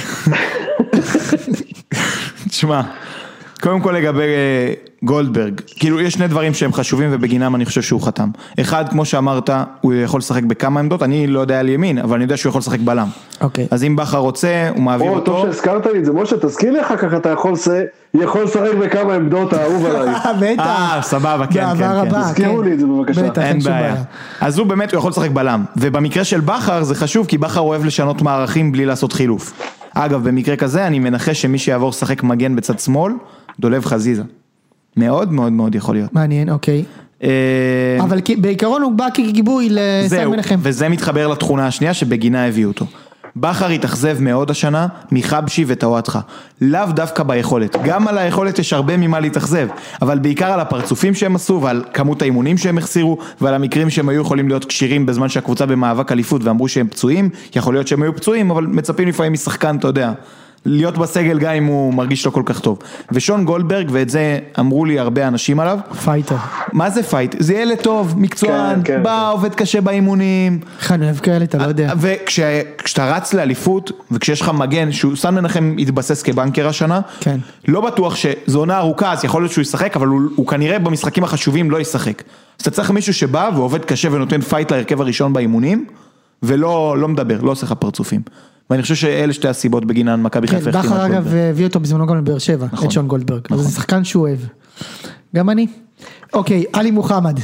תשמע, קודם כל לגבי גולדברג, כאילו יש שני דברים שהם חשובים ובגינם אני חושב שהוא חתם. אחד, כמו שאמרת, הוא יכול לשחק בכמה עמדות, אני לא יודע על ימין, אבל אני יודע שהוא יכול לשחק בלם. אוקיי. אז אם בכר רוצה, הוא מעביר אותו. טוב שהזכרת לי את זה, משה, תזכיר לי אחר כך, אתה יכול לשחק בכמה עמדות, האהוב עליי. בטח. סבבה, כן, כן. תזכירו לי את זה בבקשה. אין בעיה. אז הוא באמת, הוא יכול לשחק בלם. ובמקרה של בכר זה חשוב, כי בכר אוהב לשנות מערכים בלי לעשות חילוף. אגב, במקרה כזה אני מנחש שמי שיעבור לשחק מגן בצד שמאל, דולב חזיזה. מאוד מאוד מאוד יכול להיות. מעניין, אוקיי. אבל בעיקרון הוא בא כגיבוי לסל מנחם. וזה מתחבר לתכונה השנייה שבגינה הביאו אותו. בכר התאכזב מאוד השנה מחבשי וטוואטחה. לאו דווקא ביכולת. גם על היכולת יש הרבה ממה להתאכזב, אבל בעיקר על הפרצופים שהם עשו ועל כמות האימונים שהם החסירו ועל המקרים שהם היו יכולים להיות קשירים בזמן שהקבוצה במאבק אליפות ואמרו שהם פצועים. יכול להיות שהם היו פצועים, אבל מצפים לפעמים משחקן, אתה יודע. להיות בסגל גם אם הוא מרגיש לא כל כך טוב. ושון גולדברג, ואת זה אמרו לי הרבה אנשים עליו. פייטר. מה זה פייט? זה ילד טוב, מקצוען, בא, עובד קשה באימונים. חנב כאלה, אתה לא יודע. וכשאתה רץ לאליפות, וכשיש לך מגן, שהוא סן מנחם התבסס כבנקר השנה, כן. לא בטוח שזו עונה ארוכה, אז יכול להיות שהוא ישחק, אבל הוא כנראה במשחקים החשובים לא ישחק. אז אתה צריך מישהו שבא ועובד קשה ונותן פייט להרכב הראשון באימונים, ולא מדבר, לא עושה לך פרצופים. ואני חושב שאלה שתי הסיבות בגינן מכבי חיפה. כן, בכר אגב הביא אותו בזמנו גם לבאר שבע, את שון גולדברג. זה שחקן שהוא אוהב. גם אני. אוקיי, עלי מוחמד.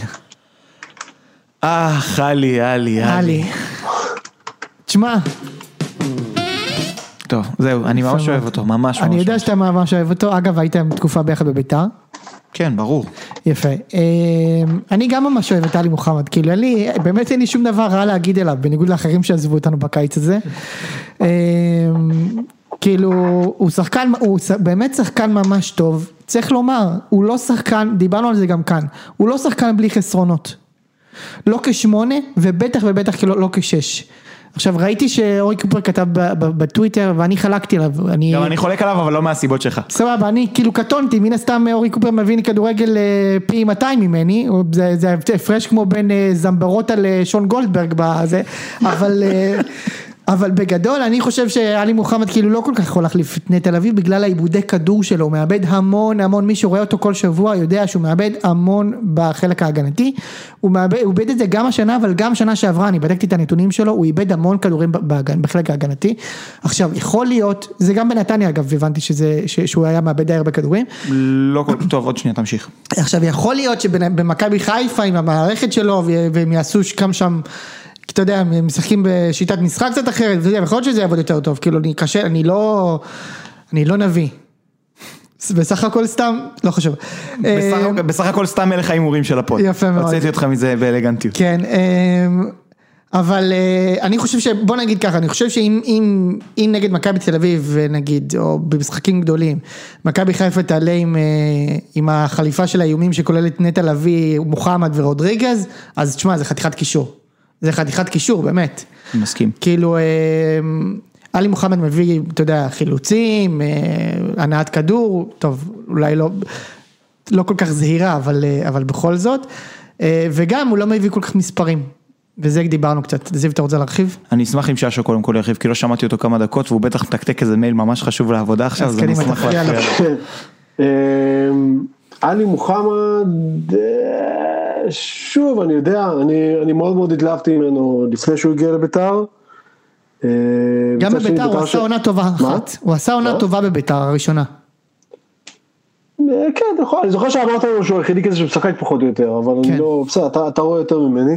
עלי. תשמע. טוב, זהו, אני ממש אוהב אותו, ממש. אני יודע שאתה ממש אוהב אותו, אגב הייתם תקופה ביחד בביתר. כן, ברור. יפה. אני גם ממש אוהב את עלי מוחמד, כאילו באמת אין לי שום דבר רע להגיד אליו, בניגוד לאחרים שעזבו אותנו בקיץ הזה. כאילו, הוא באמת שחקן ממש טוב, צריך לומר, הוא לא שחקן, דיברנו על זה גם כאן, הוא לא שחקן בלי חסרונות. לא כ8 ובטח כאילו לא כ6. עכשיו ראיתי שאורי קופר כתב בטוויטר ואני חלקתי עליו. גם אני חולק עליו אבל לא מהסיבות שלך. סבבה, אני כאילו קטונתי, מן הסתם אורי קופר מבין כדורגל פי 200 ממני, זה הפרש כמו בין זמברות על שון גולדברג בזה, אבל בגדול אני חושב שעלי מוחמד כאילו לא כל כך יכול להחליף את נטע לביא בגלל העיבודי כדור שלו, הוא מאבד המון, מי שרואה אותו כל שבוע יודע שהוא מאבד המון בחלק ההגנתי, הוא איבד את זה גם השנה אבל גם שנה שעברה, אני בדקתי את הנתונים שלו, הוא איבד המון כדורים בחלק ההגנתי. עכשיו יכול להיות, זה גם בנתניה אגב, הבנתי שהוא היה מאבד די הרבה כדורים. לא כל טוב, עוד שנייה תמשיך. עכשיו יכול להיות שבמכבי חיפה עם המערכת שלו והם יעשו כמה שם כי אתה יודע, הם משחקים בשיטת משחק קצת אחרת, יכול להיות שזה יעבוד יותר טוב, כאילו אני לא נביא. בסך הכל סתם, לא חשוב. בסך הכל סתם מלך האימורים של הפוד. יפה מאוד. הוצאתי אותך מזה באלגנטיות. כן, אבל אני חושב בוא נגיד ככה, אני חושב שאם נגד מכבי תל אביב, נגיד, או במשחקים גדולים, מכבי חיפה תעלה עם החליפה של האיומים שכוללת נטע לביא, מוחמד ורודריגז, אז תשמע, זה חתיכת קישור. זה חתיכת קישור, באמת. מסכים. כאילו, אלי מוחמד מביא, אתה יודע, חילוצים, הנעת כדור, טוב, אולי לא כל כך זהירה, אבל בכל זאת, וגם הוא לא מביא כל כך מספרים. וזה דיברנו קצת, זיו, אתה רוצה להרחיב? אני אשמח עם ששו קודם כל להרחיב, כי לא שמעתי אותו כמה דקות, והוא בטח מתקתק איזה מייל ממש חשוב לעבודה עכשיו, אז אני אשמח להרחיב. אלי מוחמד, שוב, אני יודע, אני מאוד מאוד התלהבתי ממנו לפני שהוא הגיע לביתר. גם בביתר הוא עשה עונה טובה אחת, הוא עשה עונה טובה בביתר הראשונה. כן, נכון, אני זוכר שאמרת לנו שהוא היחידי כזה שמשחק פחות או יותר, אבל אני לא, בסדר, אתה רואה יותר ממני.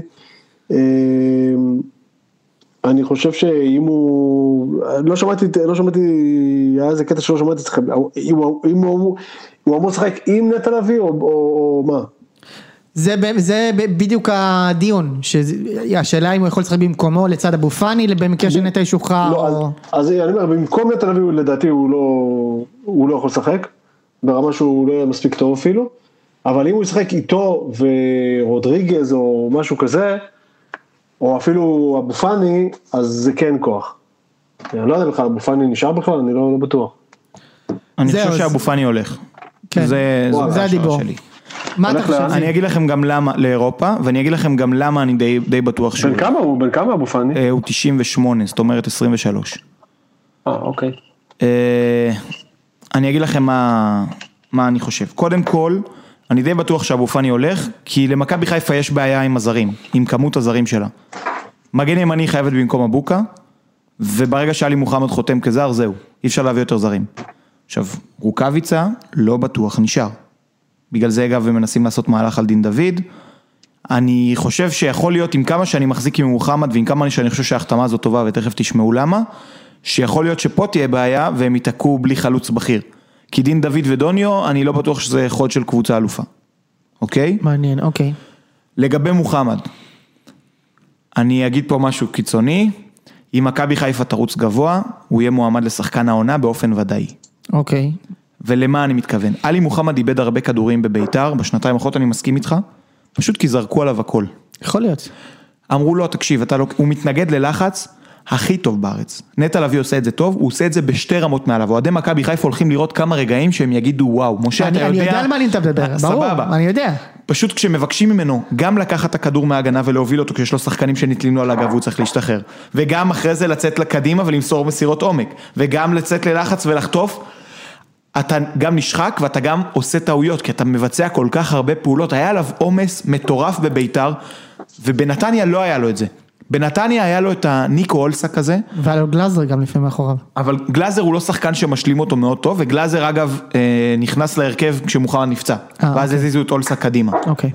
אני חושב שאם הוא, לא שמעתי, היה איזה קטע שלא שמעתי, אם הוא אמור לשחק עם נטע לביא או מה? זה בדיוק הדיון, השאלה אם הוא יכול לשחק במקומו לצד אבו פאני, במקרה של נטע ישוחרר. אז אני אומר, במקום נטע לביא לדעתי הוא לא יכול לשחק, ברמה שהוא לא יהיה מספיק טוב אפילו, אבל אם הוא ישחק איתו ורודריגז או משהו כזה, או אפילו אבו פאני, אז זה כן כוח. אני לא יודע בכלל, אבו פאני נשאר בכלל, אני לא בטוח. אני חושב שאבו פאני הולך. זה הדיבור. אני אגיד לכם גם למה לאירופה, ואני אגיד לכם גם למה אני די בטוח שהוא. בן כמה אבו פאני? הוא 98, זאת אומרת 23. אוקיי. אני אגיד לכם מה אני חושב. קודם כל, אני די בטוח שאבו פאני הולך, כי למכבי חיפה יש בעיה עם הזרים, עם כמות הזרים שלה. מגן ימני חייבת במקום אבוקה, וברגע שאלי מוחמד חותם כזר, זהו, אי אפשר להביא יותר זרים. עכשיו, רוקאביצה לא בטוח נשאר. בגלל זה אגב הם מנסים לעשות מהלך על דין דוד. אני חושב שיכול להיות עם כמה שאני מחזיק עם מוחמד, ועם כמה שאני חושב שההחתמה הזאת טובה, ותכף תשמעו למה, שיכול להיות שפה תהיה בעיה, והם ייתקעו בלי חלוץ בכיר. כי דין דוד ודוניו, אני לא בטוח שזה חוד של קבוצה אלופה. אוקיי? מעניין, אוקיי. לגבי מוחמד, אני אגיד פה משהו קיצוני, אם מכבי חיפה תרוץ גבוה, הוא יהיה מועמד לשחקן העונה באופן ודאי. אוקיי. ולמה אני מתכוון? אלי מוחמד איבד הרבה כדורים בביתר, בשנתיים האחרונות אני מסכים איתך, פשוט כי זרקו עליו הכל. יכול להיות. אמרו לו, תקשיב, הוא מתנגד ללחץ, הכי טוב בארץ. נטע לביא עושה את זה טוב, הוא עושה את זה בשתי רמות מעליו. אוהדי מכבי חיפה הולכים לראות כמה רגעים שהם יגידו, וואו, משה, אתה יודע... אני יודע על מה אני מדבר, ברור, אני יודע. פשוט כשמבקשים ממנו גם לקחת את הכדור מההגנה ולהוביל אותו, כשיש לו שחקנים שנתלים לו על הגב, הוא צריך להשתחרר. וגם אחרי זה לצאת לקדימה ולמסור מסירות עומק. וגם לצאת ללחץ ולחטוף. אתה גם נשחק ואתה גם עושה טעויות, כי אתה מבצע כל כך הרבה פעולות. היה עליו עומס מטורף בביתר, ובנתניה לא היה לו את זה. בנתניה היה לו את הניקו אולסק הזה. והיה לו גלאזר גם לפעמים מאחוריו. אבל גלאזר הוא לא שחקן שמשלים אותו מאוד טוב, וגלאזר אגב נכנס להרכב כשמוחמד נפצע. ואז הזיזו את אולסק קדימה. אוקיי.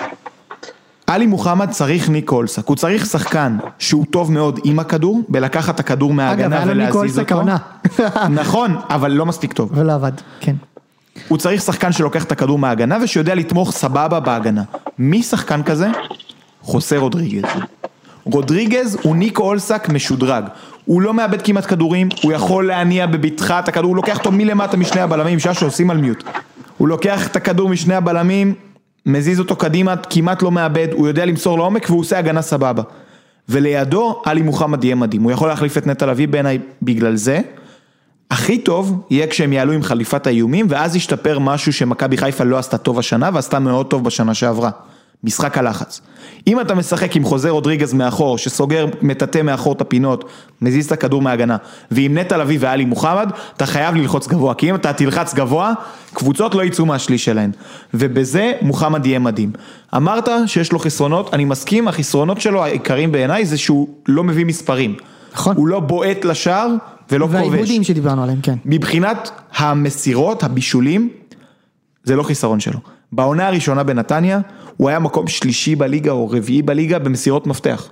אלי מוחמד צריך ניקו אולסק, הוא צריך שחקן שהוא טוב מאוד עם הכדור, בלקחת את הכדור מההגנה ולהזיז אותו. נכון, אבל לא מספיק טוב. ולא עבד, כן. הוא צריך שחקן שלוקח את הכדור מההגנה, ושיודע לתמוך סבבה בהגנה. מי שחקן כזה? חוסה רודריגז. רודריגז הוא ניקו אולסק משודרג, הוא לא מאבד כמעט כדורים, הוא יכול להניע בביטחה את הכדור, הוא לוקח אותו מלמטה משני הבלמים, שעה שעושים על מיוט, הוא לוקח את הכדור משני הבלמים, מזיז אותו קדימה, כמעט לא מאבד, הוא יודע למסור לעומק והוא עושה הגנה סבבה, ולידו אלי מוחמד יהיה מדהים, הוא יכול להחליף את נטע לביא בעיניי בגלל זה, הכי טוב יהיה כשהם יעלו עם חליפת האיומים, ואז ישתפר משהו שמכבי חיפה לא עשתה טוב השנה, ועשתה מאוד טוב בשנה שעברה. משחק הלחץ. אם אתה משחק עם חוזר רודריגז מאחור, שסוגר מטאטא מאחור את הפינות, מזיז את הכדור מההגנה, ועם נטע לביא ואלי מוחמד, אתה חייב ללחוץ גבוה, כי אם אתה תלחץ גבוה, קבוצות לא יצאו מהשליש שלהן. ובזה מוחמד יהיה מדהים. אמרת שיש לו חסרונות, אני מסכים, החסרונות שלו העיקריים בעיניי, זה שהוא לא מביא מספרים. נכון. הוא לא בועט לשער, ולא כובש. והעיבודים שדיברנו עליהם, כן. מבחינת המסירות, הבישולים, זה לא חיסרון שלו. בעונה הראשונה בנתניה, הוא היה מקום שלישי בליגה או רביעי בליגה במסירות מפתח.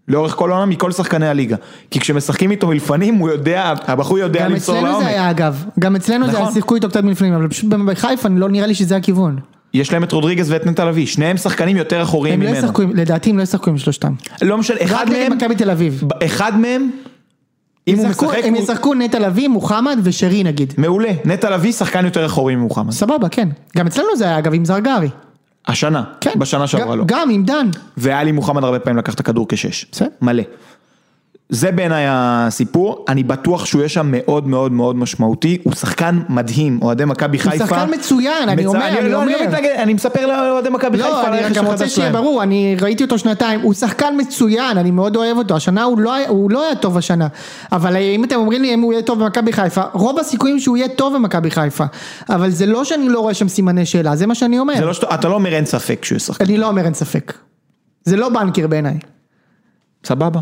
לאורך כל העונה מכל שחקני הליגה. כי כשמשחקים איתו מלפנים, הוא יודע, הבחור יודע למסור לעומק. גם אצלנו זה היה אגב, גם אצלנו זה היה שיחקו איתו קצת מלפנים, אבל פשוט בחיפה לא נראה לי שזה הכיוון. יש להם את רודריגז ואת נטע לביא, שניהם שחקנים יותר אחוריים ממנו. לדעתי הם לא ישחקו עם שלושתם. לא משנה, אחד מהם, אם הוא משחק... הם ישחקו נטע לביא, מוחמד ושרי נגיד. מעולה, נטע לביא שחקן יותר אחורי ממוחמד. סבבה, כן. גם אצלנו זה היה אגב עם זרגרי. השנה, בשנה שעברה לא. גם עם דן. ואלי מוחמד הרבה פעמים לקח את הכדור כשש. מלא. זה בעיניי הסיפור, אני בטוח שהוא יהיה שם מאוד מאוד מאוד משמעותי, הוא שחקן מדהים, אוהדי מכבי חיפה. הוא שחקן מצוין, אני אומר. אני מספר לאוהדי מכבי חיפה. לא, אני גם רוצה שיהיה ברור, אני ראיתי אותו שנתיים, הוא שחקן מצוין, אני מאוד אוהב אותו, השנה הוא לא היה טוב השנה, אבל אם אתם אומרים לי אם הוא יהיה טוב במכבי חיפה, רוב הסיכויים שהוא יהיה טוב במכבי חיפה, אבל זה לא שאני לא רואה שם סימני שאלה, זה מה שאני אומר. אתה לא אומר אין ספק שהוא ישחק. אני לא אומר אין ספק. זה לא בנקר בעיניי. סבבה.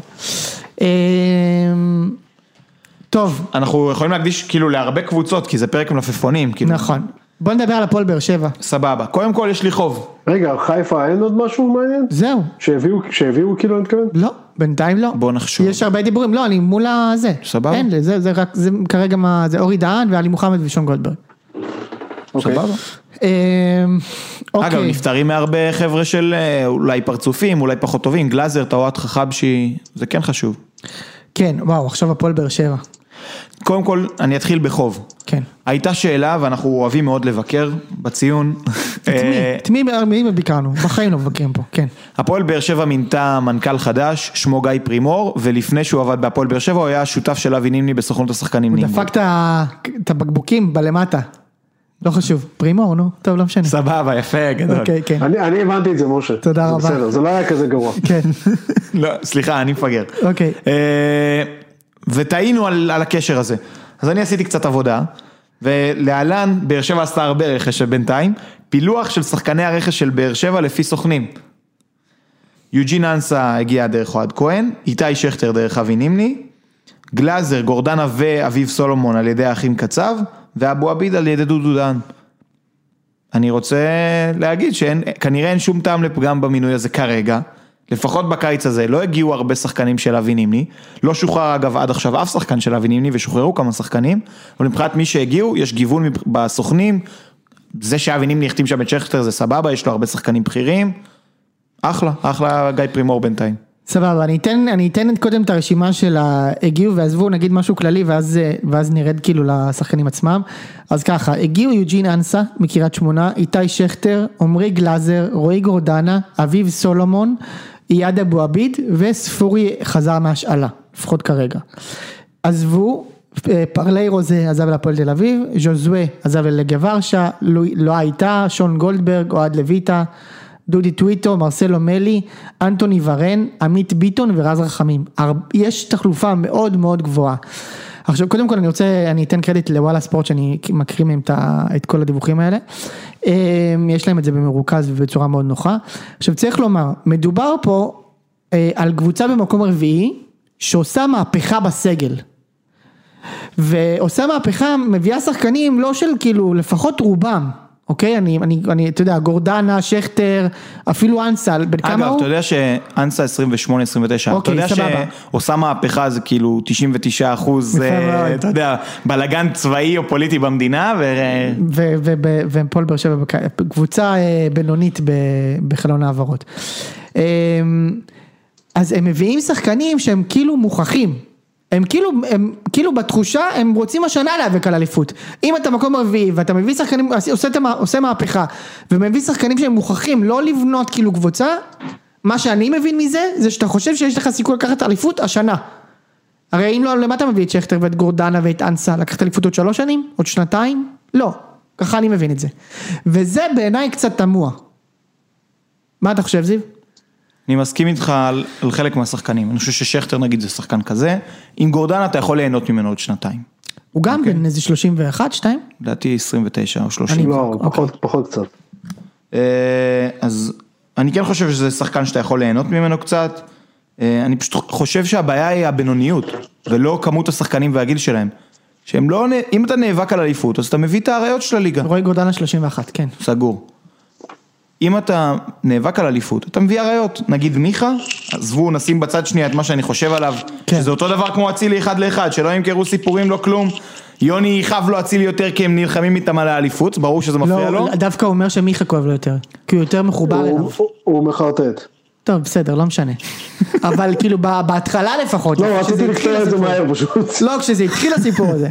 טוב. אנחנו יכולים להקדיש כאילו להרבה קבוצות, כי זה פרק מלפפונים. נכון. בוא נדבר על הפועל באר שבע. סבבה. קודם כל יש לי חוב. רגע, חיפה אין עוד משהו מעניין? זהו. שהביאו כאילו אני מתכוון? לא, בינתיים לא. בוא נחשוב. יש הרבה דיבורים, לא, אני מול הזה. סבבה. אין, זה רק, זה כרגע מה, זה אורי דהן ואלי מוחמד ושון גולדברג. סבבה. אגב, נפטרים מהרבה חבר'ה של אולי פרצופים, אולי פחות טובים, גלאזר, טעות חכבשי, זה כן חשוב. כן, וואו, עכשיו הפועל באר שבע. קודם כל, אני אתחיל בחוב. כן. הייתה שאלה, ואנחנו אוהבים מאוד לבקר בציון. את מי ביקרנו? בחיים לא מבקרים פה, כן. הפועל באר שבע מינתה מנכ"ל חדש, שמו גיא פרימור, ולפני שהוא עבד בהפועל באר שבע, הוא היה שותף של אבי נימני בסוכנות השחקנים נימני. הוא דפק את הבקבוקים בלמטה. לא חשוב, פרימור, נו, טוב, לא משנה. סבבה, יפה, גדול. אוקיי, כן. אני הבנתי את זה, משה. תודה רבה. בסדר, זה לא היה כזה גרוע. כן. לא, סליחה, אני מפגר. אוקיי. וטעינו על הקשר הזה. אז אני עשיתי קצת עבודה, ולהלן, באר שבע עשתה הרבה רכש בינתיים, פילוח של שחקני הרכש של באר שבע לפי סוכנים. יוג'ין אנסה הגיע דרך אוהד כהן, איתי שכטר דרך אבי נימני, גלאזר, גורדנה ואביב סולומון על ידי האחים קצב, ואבו עביד על ידי דודו דהן. אני רוצה להגיד שכנראה אין שום טעם לפגם במינוי הזה כרגע, לפחות בקיץ הזה, לא הגיעו הרבה שחקנים של אבי נימני, לא שוחרר אגב עד עכשיו אף שחקן של אבי נימני, ושוחררו כמה שחקנים, אבל מבחינת מי שהגיעו, יש גיוון בסוכנים, זה שאבי נימני החתים שם את שכטר זה סבבה, יש לו הרבה שחקנים בכירים, אחלה גיא פרימור בינתיים. סבבה, אני אתן קודם את הרשימה של הגיעו ועזבו, נגיד משהו כללי, ואז נרד כאילו לשחקנים עצמם. אז ככה, הגיעו יוג'ין אנסה מקריית שמונה, איתי שכטר, עומרי גלאזר, רועי גורדנה, אביב סולומון, אייד אבו עביד, וספורי חזר מהשאלה, לפחות כרגע. עזבו, פרלי רוזה עזב להפועל תל אביב, ז'וזווה עזב לגיה ורשה, לא הייתה, שון גולדברג, אוהד לויטה, דודי טוויטו, מרסלו מלי, אנטוני ורן, עמית ביטון ורז רחמים. יש תחלופה מאוד מאוד גבוהה. עכשיו, קודם כל אני אתן קרדיט לוואלה ספורט שאני מקריא מהם את כל הדיווחים האלה. יש להם את זה במרוכז ובצורה מאוד נוחה. עכשיו, צריך לומר, מדובר פה על קבוצה במקום רביעי, שעושה מהפכה בסגל. ועושה מהפכה, מביאה שחקנים לא של כאילו, לפחות רובם. אוקיי, אני, אתה יודע, גורדנה, שכטר, אפילו אנסה, בין כמה הוא? אגב, אתה יודע שאנסה 28-29, אתה יודע שעושה מהפכה זה כאילו 99%, אתה יודע, בלגן צבאי או פוליטי במדינה, ופועל באר שבע, קבוצה בינונית בחלון העברות. אז הם מביאים שחקנים שהם כאילו מוכחים, הם כאילו בתחושה, הם רוצים השנה להיאבק על אליפות. אם אתה מקום רביעי, ואתה מביא שחקנים, עושה מהפכה, ומביא שחקנים שהם מוכחים, לא לבנות כאילו קבוצה, מה שאני מבין מזה, זה שאתה חושב שיש לך סיכוי לקחת אליפות השנה. הרי אם לא, למה אתה מביא את שכטר ואת גורדנה ואת אנסה, לקחת אליפות עוד 3 שנים? עוד 2? לא. ככה אני מבין את זה. וזה בעיניי קצת תמוה. מה אתה חושב, זיו? אני מסכים איתך על חלק מהשחקנים, אני חושב ששכטר נגיד זה שחקן כזה, עם גורדנה אתה יכול ליהנות ממנו עוד 2. הוא גם בין איזה 31, 2? לדעתי 29 או 30. לא, פחות קצת. אז אני כן חושב שזה שחקן שאתה יכול ליהנות ממנו קצת, אני פשוט חושב שהבעיה היא הבינוניות, ולא כמות השחקנים והגיל שלהם, שהם לא, אם אתה נאבק על אליפות, אז אתה מביא את האריות של הליגה. רועי גורדנה 31, כן. סגור. אם אתה נאבק על אליפות, אתה מביא הראיות, נגיד מיכה, עזבו, נשים בצד שנייה את מה שאני חושב עליו, שזה אותו דבר כמו אצילי 1-1, שלא ימכרו סיפורים, לא כלום, יוני חב לו אצילי יותר כי הם נלחמים איתם על האליפות, ברור שזה מפריע לו. לא, דווקא הוא אומר שמיכה כואב לו יותר, כי הוא יותר מחובר אליו. הוא מחרטט. טוב, בסדר, לא משנה. אבל כאילו בהתחלה לפחות. לא, רציתי לקטור את זה מהר פשוט. לא, כשזה התחיל הסיפור הזה.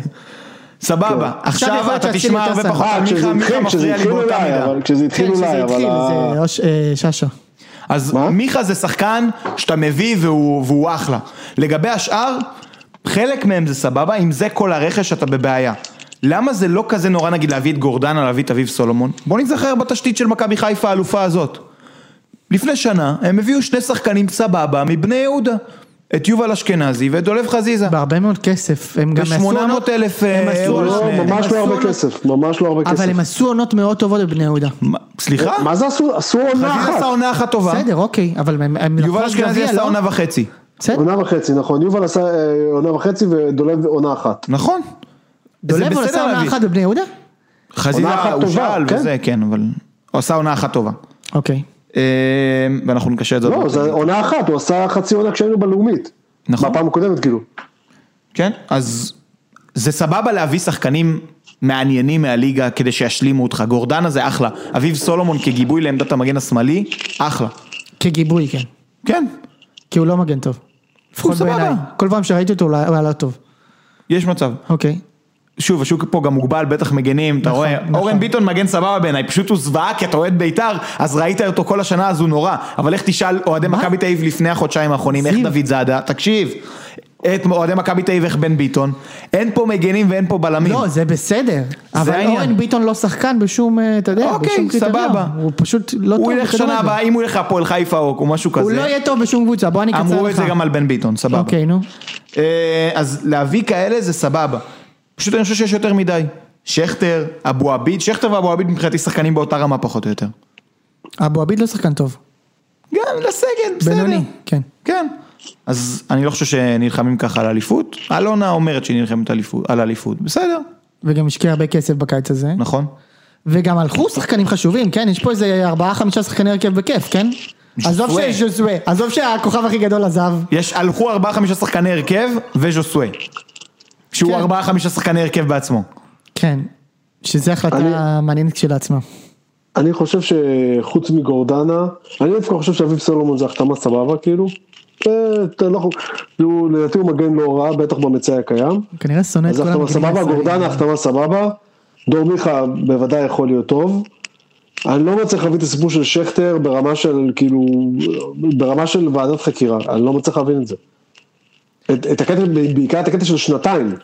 סבבה, עכשיו אתה תשמע הרבה פחות על מיכה מפריע לי באותה מידה. כשזה התחיל אולי, אבל... זה ששו. אז מיכה זה שחקן שאתה מביא והוא אחלה. לגבי השאר, חלק מהם זה סבבה, אם זה כל הרכש אתה בבעיה. למה זה לא כזה נורא נגיד להביא את גורדנה, להביא את אביב סולומון? בוא נזכר בתשתית של מכבי חיפה האלופה הזאת. לפני שנה הם הביאו שני שחקנים סבבה מבני יהודה. את יובל אשכנזי ואת דולב חזיזה. בהרבה מאוד כסף. הם גם עשו עונות... ב800,000 אירו. ממש לא הרבה כסף. ממש לא הרבה כסף. אבל הם עשו עונות מאוד טובות בבני יהודה. סליחה? מה זה עשו? עשו עונה אחת. חזיזה עשה עונה אחת טובה. בסדר, אוקיי. אבל יובל אשכנזי עשה עונה וחצי. עונה וחצי, נכון. יובל עשה עונה וחצי ודולב עונה אחת. נכון. דולב עשה עונה אחת בבני יהודה? חזיזה הוא שאל וזה, כן, אבל הוא עשה עונה אחת טובה. אוקיי. ואנחנו נקשר את זה. לא, זה עונה אחת, הוא עשה חצי עונה כשהיינו בלאומית. נכון. בפעם הקודמת כאילו. כן, אז זה סבבה להביא שחקנים מעניינים מהליגה כדי שישלימו אותך. גורדנה זה אחלה. אביב סולומון כגיבוי לעמדת המגן השמאלי, אחלה. כגיבוי, כן. כן. כי הוא לא מגן טוב. לפחות בעיניי. כל פעם שראיתי אותו הוא היה לא טוב. יש מצב. אוקיי. שוב, השוק פה גם מוגבל, בטח מגנים, אתה רואה, אורן ביטון מגן סבבה בעיניי, פשוט הוא זוועה, כי אתה אוהד ביתר, אז ראית אותו כל השנה, אז הוא נורא, אבל איך תשאל אוהדי מכבי תל אביב לפני החודשיים האחרונים, איך דוד זאדה, תקשיב, את אוהדי מכבי תל אביב, איך בן ביטון, אין פה מגנים ואין פה בלמים. לא, זה בסדר, אבל אורן ביטון לא שחקן בשום, אתה יודע, אוקיי, סבבה. הוא פשוט לא טוב. הוא ילך שנה הבאה, אם הוא ילך הפועל חיפה או משהו כזה. הוא לא יהיה טוב בשום קבוצה, בוא אני אקצר לך. אמרו את זה גם על בן ביטון, סבבה. אוקיי, נו. אז להביא כאלה זה סבבה. פשוט אני חושב שיש יותר מדי. שכתר, אבו עביד, שכתר ואבו עביד מבחינתי שחקנים באותה רמה פחות או יותר. אבו עביד לא שחקן טוב. גם לסגל, בסדר. בינוני, כן. כן. אז אני לא חושב שנלחמים ככה על אליפות. אלונה אומרת שהיא נלחמת על אליפות, בסדר. וגם השקיע הרבה כסף בקיץ הזה. נכון. וגם הלכו שחקנים חשובים, כן? יש פה איזה 4-5 שחקני הרכב בכיף, כן? עזוב שהכוכב הכי גדול עזב. הלכו 4-5 שחקני הרכב וז'וסווה. שהוא 4-5 שחקני הרכב בעצמו. כן, שזה החלטה מעניינת כשלעצמה. אני חושב שחוץ מגורדנה, אני דווקא חושב שאביב סולומון זה החתמה סבבה, כאילו. לדעתי הוא מגן לא רע, בטח במצאי הקיים. כנראה שונא את כל המגנים. סבבה, גורדנה החתמה סבבה. דור מיכה בוודאי יכול להיות טוב. אני לא מצליח להבין את הסיפור של שכתר ברמה של, כאילו, ברמה של ועדת חקירה. אני לא מצליח להבין את זה. את הקטע, בעיקר את הקטע של שנתיים.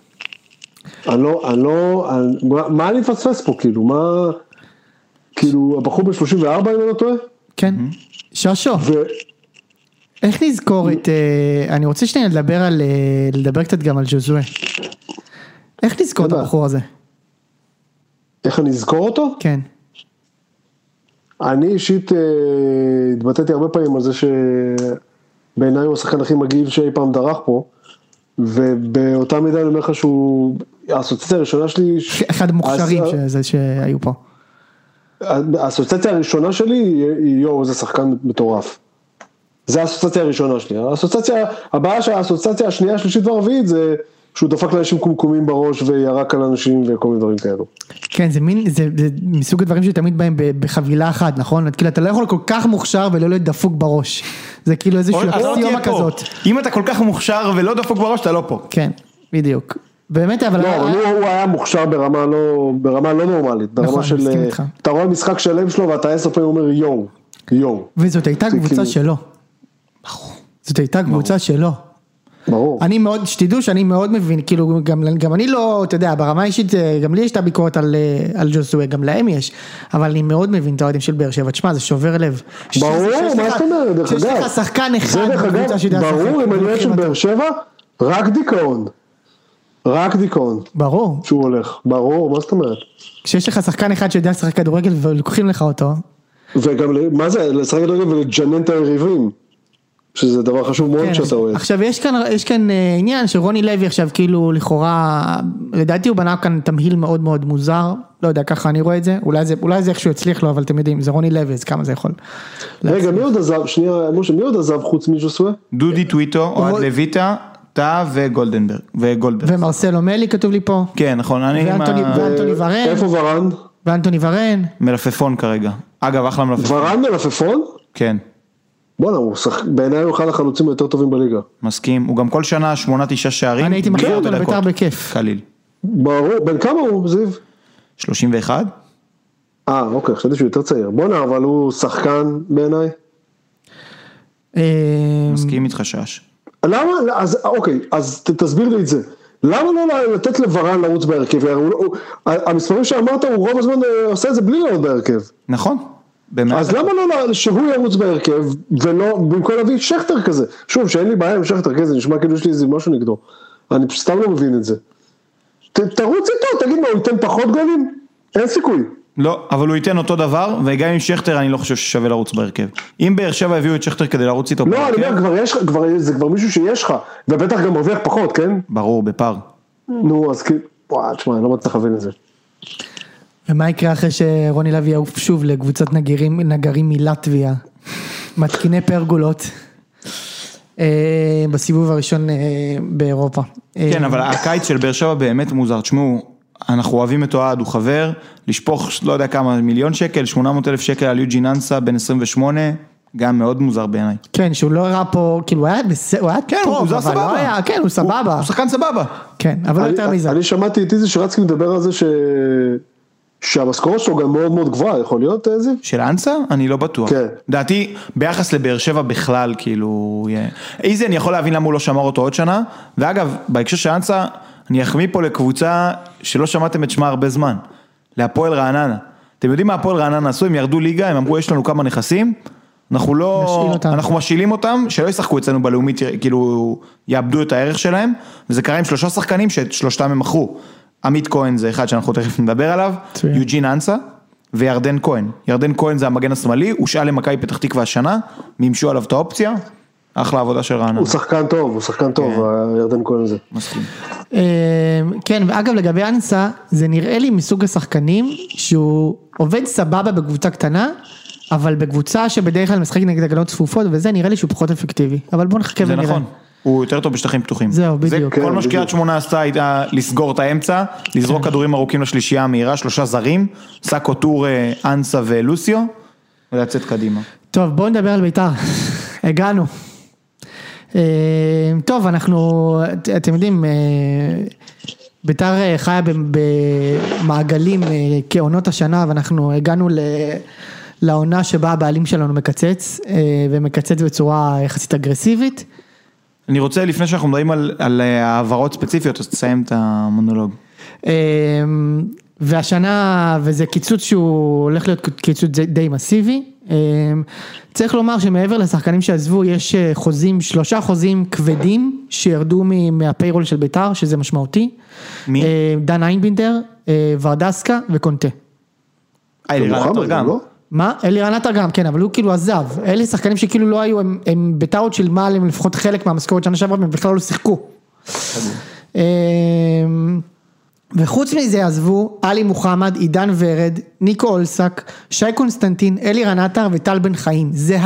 מה אני מפספס פה, כאילו, מה, כאילו, הבחור ב-34 אם אני לא טועה? כן, ששו. איך נזכור את, אני רוצה שנייה לדבר קצת גם על ז'וזואה. איך נזכור את הבחור הזה? איך אני אזכור אותו? כן. אני אישית התבטאתי הרבה פעמים על זה שבעיניי הוא השחקן הכי מגעיל שאי פעם דרך פה, ובאותה מידה אני אומר לך שהוא, האסוציאציה הראשונה שלי... אחד המוכשרים שהיו פה. האסוציאציה הראשונה שלי היא יואו, זה שחקן מטורף. זה האסוציאציה הראשונה שלי. הבעיה שהאסוציאציה השנייה, השלישית והרביעית זה שהוא דפק לאנשים קומקומים בראש וירק על אנשים וכל מיני דברים כאלו. כן, זה מסוג הדברים שתמיד באים בחבילה אחת, נכון? כאילו אתה לא יכול כל כך מוכשר ולא להיות דפוק בראש. זה כאילו איזושהי אקסיומה כזאת. אם אתה כל כך מוכשר ולא דפוק בראש, אתה לא פה. כן, בדיוק. באמת, אבל... לא, הוא היה מוכשר ברמה לא נורמלית. נכון, אני מסכים איתך. אתה רואה משחק שלם שלו ואתה 10 פעמים אומר יואו. וזאת הייתה קבוצה שלו. זאת הייתה קבוצה שלו. ברור. אני מאוד, שתדעו שאני מאוד מבין, כאילו גם אני לא, אתה יודע, ברמה האישית, גם לי יש את הביקורת על ז'וסואה, גם להם יש, אבל אני מאוד מבין את האוהדים של באר שבע, תשמע, זה שובר לב. ברור, מה זאת אומרת, דרך אגב. שיש לך שחקן אחד בקבוצה שידע שחקן. ברור, אם אני אוהד של באר שבע, רק דיכאון. ברור. שהוא הולך, ברור, מה זאת אומרת. כשיש לך שחקן אחד שיודע לשחק כדורגל ולוקחים לך אותו. וגם, מה זה, לשחק כדורגל ולג'נן את היריבים. שזה דבר חשוב מאוד שאתה אוהד. עכשיו יש כאן עניין שרוני לוי עכשיו כאילו לכאורה, לדעתי הוא בנה כאן תמהיל מאוד מאוד מוזר, לא יודע, ככה אני רואה את זה, אולי זה איכשהו יצליח לו, אבל אתם יודעים, זה רוני לוי, אז כמה זה יכול. רגע, מי עוד עזב? שנייה, משה, מי עוד עזב חוץ מז'וסווה? דודי טוויטו, אוהד לויטה, טאה וגולדנברג. ומרסלו מלי כתוב לי פה. כן, נכון. ואנטוני ורן. איפה ורן? ואנטוני ורן. מלפפון כרגע. אגב, אחלה מלפפון. ורן מלפפון? כן. בוא'נה, בעיניי הוא אחד החלוצים היותר טובים בליגה. מסכים. הוא גם כל שנה 8-9 שערים. אני הייתי מכיר אותו לביתר בכיף. קליל. ברור, בן כמה הוא, זיו? 31? אוקיי, חשבתי שהוא יותר צעיר. בוא'נה, אבל הוא שחקן בעיניי. מסכים איתך שש. למה? אוקיי, אז תסביר לי את זה. למה לא לתת לוורן לרוץ בהרכב? המספרים שאמרת, הוא רוב הזמן עושה את זה בלי לעוד בהרכב. נכון. אז למה לא שהוא ירוץ בהרכב, ולא במקום להביא שכטר כזה? שוב, שאין לי בעיה עם שכטר כזה, נשמע כאילו יש לי איזה משהו נגדו. אני סתם לא מבין את זה. תרוץ איתו, תגיד מה, הוא ייתן פחות גולים? אין סיכוי. לא, אבל הוא ייתן אותו דבר, וגם עם שכטר אני לא חושב ששווה לרוץ בהרכב. אם באר שבע הביאו את שכטר כדי לרוץ איתו בהרכב... לא, אני אומר, זה כבר מישהו שיש לך, ובטח גם מרוויח פחות, כן? ברור, בפער. נו, אז כאילו, תשמע, אני לא מצליח להבין את זה. ומה יקרה אחרי שרוני לוי יעוף שוב לקבוצת נגרים מלטביה, מתקיני פרגולות, בסיבוב הראשון באירופה. כן, אבל הקיץ של באר שבע באמת מוזר. תשמעו, אנחנו אוהבים את אוהד, הוא חבר, לשפוך לא יודע כמה מיליון שקל, 800,000 שקל על יוג'ין אנסה, בן 28, גם מאוד מוזר בעיניי. כן, שהוא לא הראה פה, כאילו הוא היה טוב, אבל לא היה, כן, הוא סבבה. הוא שחקן סבבה. כן, אבל לא יותר מזה. אני שמעתי את איזה שרצקי מדבר על זה שהמשכורת שלו גם מאוד מאוד גבוהה, יכול להיות איזה? של אנסה? אני לא בטוח. כן. דעתי, ביחס לבאר שבע בכלל, כאילו, איזה אני יכול להבין למה הוא לא שמר אותו עוד שנה, ואגב, בהקשר של אנסה, אני אחמיא פה לקבוצה שלא שמעתם את שמה הרבה זמן, להפועל רעננה. אתם יודעים מה הפועל רעננה עשו? הם ירדו ליגה, הם אמרו יש לנו כמה נכסים, אנחנו משילים אותם, שלא ישחקו אצלנו בלאומית, כאילו יאבדו את הערך שלהם, וזה קרה עם 3 שחקנים ששלושתם הם מכרו. עמית כהן זה אחד שאנחנו תכף נדבר עליו, יוג'ין אנסה וירדן כהן. ירדן כהן זה המגן השמאלי, הוא שאל למכבי פתח תקווה השנה, מימשו עליו את האופציה, אחלה עבודה של רעננה. הוא שחקן טוב, ירדן כהן הזה. מסכים. כן, ואגב לגבי אנסה, זה נראה לי מסוג השחקנים, שהוא עובד סבבה בקבוצה קטנה, אבל בקבוצה שבדרך כלל משחק נגד הגנות צפופות, וזה נראה לי שהוא פחות אפקטיבי, אבל בוא נחכה ונראה. זה נכון. הוא יותר טוב בשטחים פתוחים. זהו, בדיוק. כל מה שקריית שמונה עשתה הייתה לסגור את האמצע, לזרוק כדורים ארוכים לשלישייה המהירה, 3 זרים, סאקו טור, אנסה ולוסיו, ולצאת קדימה. טוב, בואו נדבר על ביתר. הגענו. טוב, אנחנו, אתם יודעים, ביתר חיה במעגלים כעונות השנה, ואנחנו הגענו לעונה שבה הבעלים שלנו מקצץ, ומקצץ בצורה יחסית אגרסיבית. אני רוצה, לפני שאנחנו מדברים על העברות ספציפיות, אז תסיים את המונולוג. והשנה, וזה קיצוץ שהוא הולך להיות קיצוץ די מסיבי, צריך לומר שמעבר לשחקנים שעזבו, יש חוזים, 3 חוזים כבדים, שירדו מהפיירול של ביתר, שזה משמעותי. מי? דן איינבינדר, ורדסקה וקונטה. אלירן עטר גם. מה? אלירן עטר גם, כן, אבל הוא כאילו עזב. אלה שחקנים שכאילו לא היו, הם ביתר עוד שילמה עליהם לפחות חלק מהמשכורת שנה שעברה, הם בכלל לא שיחקו. וחוץ מזה עזבו עלי מוחמד, עידן ורד, ניקו אולסק, שי קונסטנטין, אלירן עטר וטל בן חיים. זה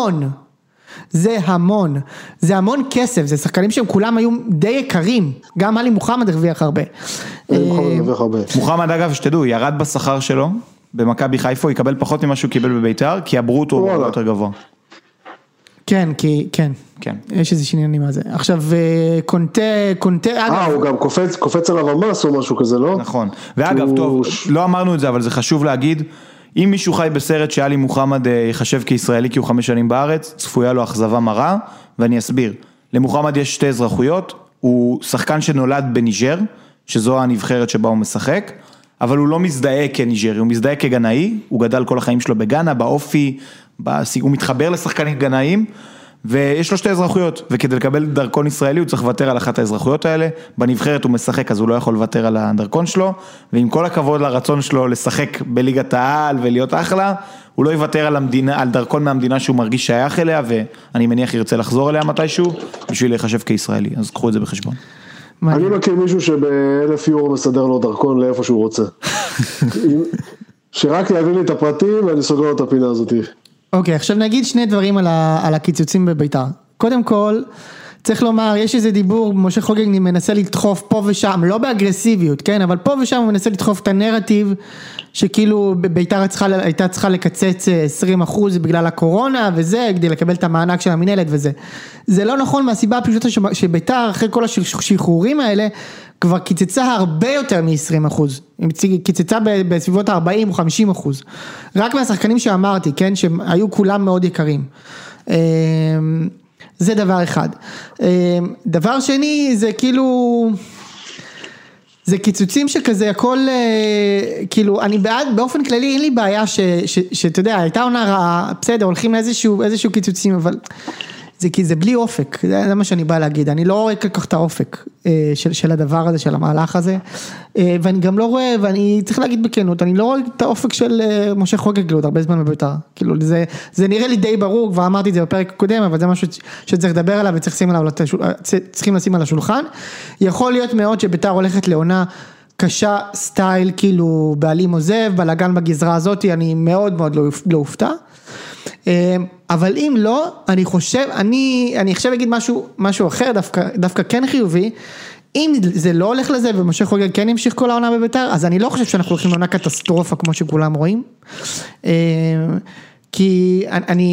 המון כסף, זה שחקנים שהם כולם היו די יקרים, גם עלי מוחמד הרוויח הרבה. מוחמד אגב שתדעו, ירד בשכר שלו, במכבי חיפה, הוא יקבל פחות ממה שהוא קיבל בביתר, כי הברוטו הוא הרבה יותר גבוה. כן, כן, יש איזה עניינים מה זה. עכשיו, קונטה, הוא גם קופץ עליו המס או משהו כזה, לא? נכון, ואגב, טוב, לא אמרנו את זה, אבל זה חשוב להגיד, אם מישהו חי בסרט שאלי מוחמד יחשב כישראלי, כי הוא 5 שנים בארץ, צפויה לו אכזבה מרה, ואני אסביר. למוחמד יש 2 אזרחויות, הוא שחקן שנולד בניג'ר, שזו הנבחרת שבה הוא משחק, אבל הוא לא מזדהה כניג'רי, הוא מזדהה כגנאי, הוא גדל כל החיים שלו בגנה, באופי, הוא מתחבר לשחקנים גנאים, ויש לו 2 אזרחויות, וכדי לקבל דרכון ישראלי הוא צריך לוותר על אחת האזרחויות האלה, בנבחרת הוא משחק אז הוא לא יכול לוותר על הדרכון שלו, ועם כל הכבוד לרצון שלו לשחק בליגת העל ולהיות אחלה, הוא לא יוותר על דרכון מהמדינה שהוא מרגיש שייך אליה, ואני מניח ירצה לחזור אליה מתישהו, בשביל להיחשב כישראלי, אז קחו את זה בחשבון. אני מכיר מישהו שב1,000 יורו מסדר לו דרכון לאיפה שהוא רוצה. שרק יביא לי את הפרטים ואני סוגר את הפינה הזאת. אוקיי, עכשיו נגיד שני דברים על הקיצוצים בביתר. קודם כל, צריך לומר, יש איזה דיבור, משה חוגג מנסה לדחוף פה ושם, לא באגרסיביות, כן, אבל פה ושם הוא מנסה לדחוף את הנרטיב, שכאילו ביתר הייתה צריכה לקצץ 20% בגלל הקורונה וזה, כדי לקבל את המענק של המנהלת וזה. זה לא נכון מהסיבה הפשוטה שביתר אחרי כל השחרורים האלה, כבר קיצצה הרבה יותר מ-20%, היא קיצצה בסביבות 40 או 50%, רק מהשחקנים שאמרתי, כן, שהיו כולם מאוד יקרים. זה דבר אחד. דבר שני, זה כאילו, זה קיצוצים שכזה הכל, כאילו, אני בעד, באופן כללי אין לי בעיה שאתה יודע, הייתה עונה רעה, בסדר, הולכים לאיזשהו קיצוצים, אבל זה בלי אופק, זה מה שאני בא להגיד, אני לא רואה כך את האופק של הדבר הזה, של המהלך הזה, ואני גם לא רואה, ואני צריך להגיד בכנות, אני לא רואה את האופק של משה חוגג עוד הרבה זמן בביתר, כאילו זה נראה לי די ברור, כבר אמרתי את זה בפרק הקודם, אבל זה משהו שצריך לדבר עליו וצריכים לשים על השולחן, יכול להיות מאוד שביתר הולכת לעונה קשה, סטייל, כאילו בעלים עוזב, בלגן בגזרה הזאת, אני מאוד מאוד לא אופתע, אבל אם לא, אני חושב, אני עכשיו אגיד משהו אחר, דווקא כן חיובי, אם זה לא הולך לזה, ומשה חוגג כן ימשיך כל העונה בביתר, אז אני לא חושב שאנחנו הולכים לעונה קטסטרופה, כמו שכולם רואים, כי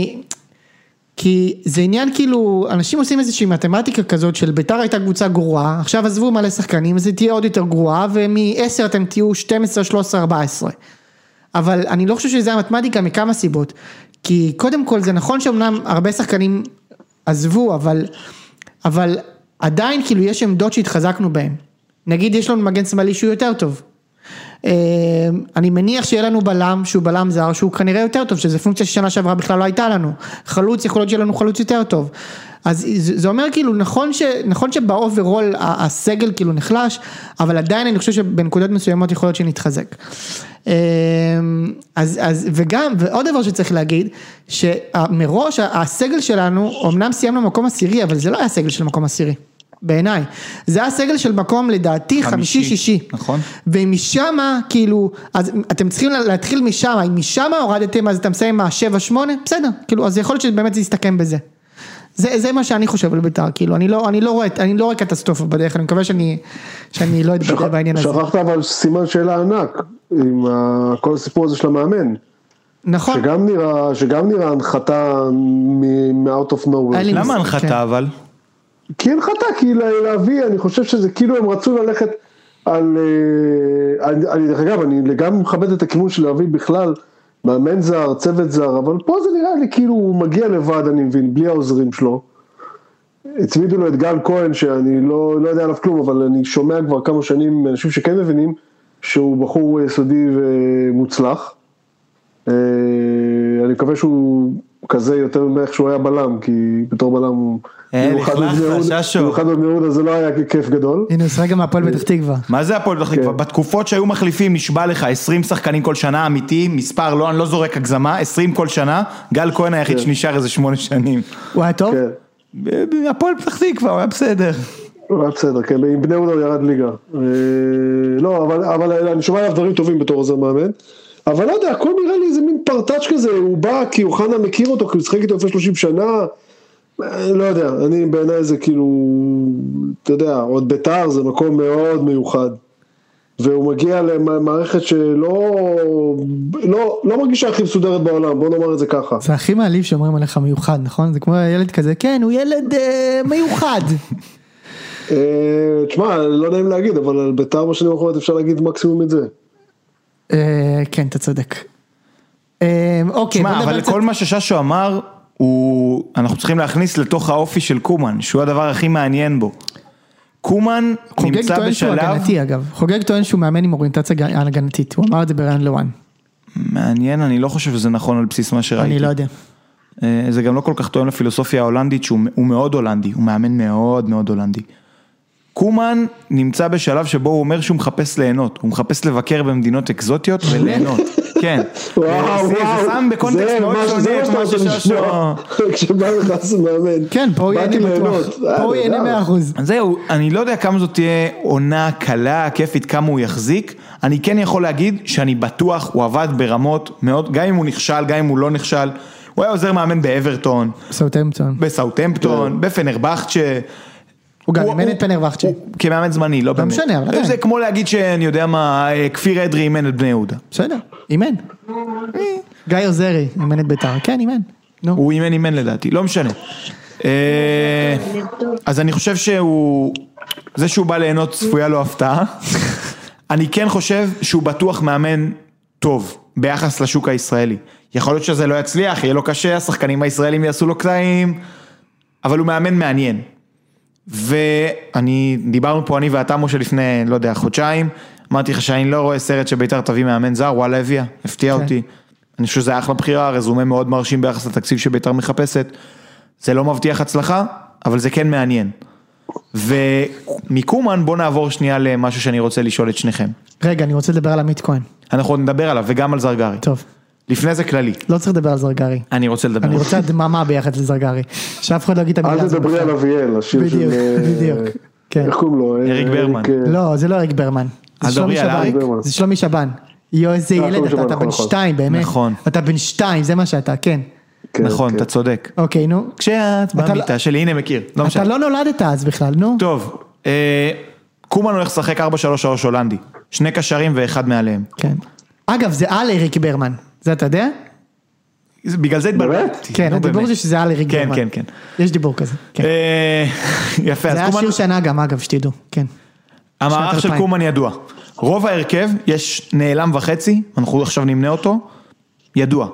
זה עניין כאילו, אנשים עושים איזושהי מתמטיקה כזאת, של ביתר הייתה קבוצה גרועה, עכשיו עזבו מלא שחקנים, אז היא תהיה עוד יותר גרועה, ומ-10 אתם תהיו 12, 13, 14, אבל אני לא חושב שזה המתמטיקה מכמה סיבות, כי קודם כל זה נכון שאומנם הרבה שחקנים עזבו, אבל עדיין כאילו יש עמדות שהתחזקנו בהן. נגיד יש לנו מגן שמאלי שהוא יותר טוב. אני מניח שיהיה לנו בלם, שהוא בלם זר, שהוא כנראה יותר טוב, שזה פונקציה ששנה שעברה בכלל לא הייתה לנו. חלוץ, יכול להיות שיהיה לנו חלוץ יותר טוב. אז זה אומר כאילו, נכון שבאוברול הסגל כאילו נחלש, אבל עדיין אני חושב שבנקודות מסוימות יכול להיות שנתחזק. ועוד דבר שצריך להגיד, שמראש הסגל שלנו, אמנם סיימנו מקום עשירי, אבל זה לא היה סגל של מקום עשירי. בעיניי, זה היה סגל של מקום לדעתי 5-6, נכון. ומשם כאילו, אז אתם צריכים להתחיל משם, אם משם הורדתם אז אתה מסיים מה 7-8, בסדר, כאילו, אז יכול להיות שבאמת זה יסתכם בזה. זה מה שאני חושב על ביתר, כאילו, אני לא רואה קטסטרופה בדרך, אני מקווה שאני לא אתבדל בעניין הזה. שכחת אבל סימן שאלה ענק, עם כל הסיפור הזה של המאמן. נכון. שגם נראה הנחתה מ-out of nowhere. למה הנחתה אבל? כי הנחתה, כי להביא, אני חושב שזה כאילו הם רצו ללכת דרך אגב, אני לגמרי מכבד את הכיוון של להביא בכלל, מאמן זר, צוות זר, אבל פה זה נראה לי כאילו הוא מגיע לבד, אני מבין, בלי העוזרים שלו. הצמידו לו את גל כהן, שאני לא יודע עליו כלום, אבל אני שומע כבר כמה שנים, אנשים שכן מבינים, שהוא בחור יסודי ומוצלח. אני מקווה שהוא כזה יותר מאיך שהוא היה בלם, כי בתור בלם הוא במיוחד במיוחד, אז זה לא היה כיף גדול. הנה, הוא שחק גם מהפועל פתח תקווה. מה זה הפועל פתח תקווה? בתקופות שהיו מחליפים, נשבע לך 20 שחקנים כל שנה, אמיתי, מספר, לא, אני לא זורק הגזמה, 20 כל שנה, גל כהן היחיד שנשאר איזה 8 שנים. הוא היה טוב? הפועל פתח תקווה, הוא היה בסדר. הוא היה בסדר, כן, עם בני יהודה הוא ירד ליגה. לא, אבל אני שומע עליו דברים טובים בתור עוזר מאמן. אבל לא יודע, הכל נראה לי איזה מין פרטאץ' כזה, הוא בא כי אוחנה מכיר אותו, כי הוא שחק איתו לפני 30 שנה, לא יודע, אני בעיניי זה כאילו, אתה יודע, עוד ביתר זה מקום מאוד מיוחד, והוא מגיע למערכת שלא מרגישה הכי מסודרת בעולם, בוא נאמר את זה ככה. זה הכי מעליב שאומרים עליך מיוחד, נכון? זה כמו ילד כזה, כן, הוא ילד מיוחד. תשמע, לא נעים להגיד, אבל על ביתר בשנים האחרונות אפשר להגיד מקסימום את זה. כן, אתה צודק. אוקיי, תשמע, אבל כל מה שששו אמר, אנחנו צריכים להכניס לתוך האופי של קומן, שהוא הדבר הכי מעניין בו. קומן נמצא בשלב... חוגג טוען שהוא מאמן עם אוריינטציה הגנתית, הוא אמר את זה ברעיון לוואן. מעניין, אני לא חושב שזה נכון על בסיס מה שראיתי. אני לא יודע. זה גם לא כל כך טוען לפילוסופיה ההולנדית, שהוא מאוד הולנדי, הוא מאמן מאוד מאוד הולנדי. קומן נמצא בשלב שבו הוא אומר שהוא מחפש ליהנות, הוא מחפש לבקר במדינות אקזוטיות וליהנות, כן. וואו, זה שם בקונטקסט מאוד שונה את מה שששו. כשבא לך מאמן. כן, פה הוא ייהנה בטוח, פה הוא ייהנה 100%. זהו, אני לא יודע כמה זאת תהיה עונה קלה, כיפית, כמה הוא יחזיק, אני כן יכול להגיד שאני בטוח, הוא עבד ברמות מאוד, גם אם הוא נכשל, גם אם הוא לא נכשל, הוא היה עוזר מאמן באברטון, בסאוטהמפטון, בפנרבחצ'ה, הוא גם אימן את פנרבחצ'ה. כמאמן זמני, לא באמת. משנה, אבל זה כמו להגיד שאני יודע מה, כפיר אדרי אימן את בני יהודה. בסדר, אימן. גיא עוזרי, אימן את בית"ר, כן, אימן. הוא אימן לדעתי, לא משנה. אז אני חושב זה שהוא בא ליהנות צפויה לו הפתעה. אני כן חושב שהוא בטוח מאמן טוב ביחס לשוק הישראלי. יכול להיות שזה לא יצליח, יהיה לו קשה, השחקנים הישראלים יעשו לו קטעים, אבל הוא מאמן מעניין. דיברנו פה אני ואתה משה לפני, לא יודע, חודשיים, אמרתי לך שאני לא רואה סרט שבית"ר תביא מאמן זר, וואלה הביאה, הפתיע אותי. אני חושב שזה אחלה בחירה, רזומה מאוד מרשים ביחס לתקציב שבית"ר מחפשת, זה לא מבטיח הצלחה, אבל זה כן מעניין. ומקומן בוא נעבור שנייה למשהו שאני רוצה לשאול את שניכם. רגע, אני רוצה לדבר על עמית כהן. אנחנו עוד נדבר עליו וגם על זרגרי. טוב. לפני זה כללי. לא צריך לדבר על זרגרי. אני רוצה לדבר. אני רוצה דממה ביחד לזרגרי. שאף אחד לא יגיד את המילה הזאת. אל תדברי על אביאל, השיר של... בדיוק. איך קוראים לו? אריק ברמן. לא, זה לא אריק ברמן. זה שלומי שבן. יו, איזה ילד, אתה בן 2, באמת. נכון. אתה בן 2, זה מה שאתה, כן. נכון, אתה צודק. אוקיי, נו. כשאת במיטה שלי, הנה מכיר. אתה לא נולדת אז בכלל, נו. טוב, קומן הולך לשחק 4-3-3 הולנדי. 2 קשרים ואחד מעליהם. כן. אגב, זה על אריק ברמן. זה אתה יודע? בגלל זה התבלבלתי. כן, הדיבור זה שזה על אריק ברמן. כן, כן. יש דיבור כזה. יפה. זה היה שיר שנה גם, אגב, שתדעו. כן. המערך של קומן ידוע. רוב ההרכב, יש נעלם וחצי, אנחנו עכשיו נמנה אותו, ידוע.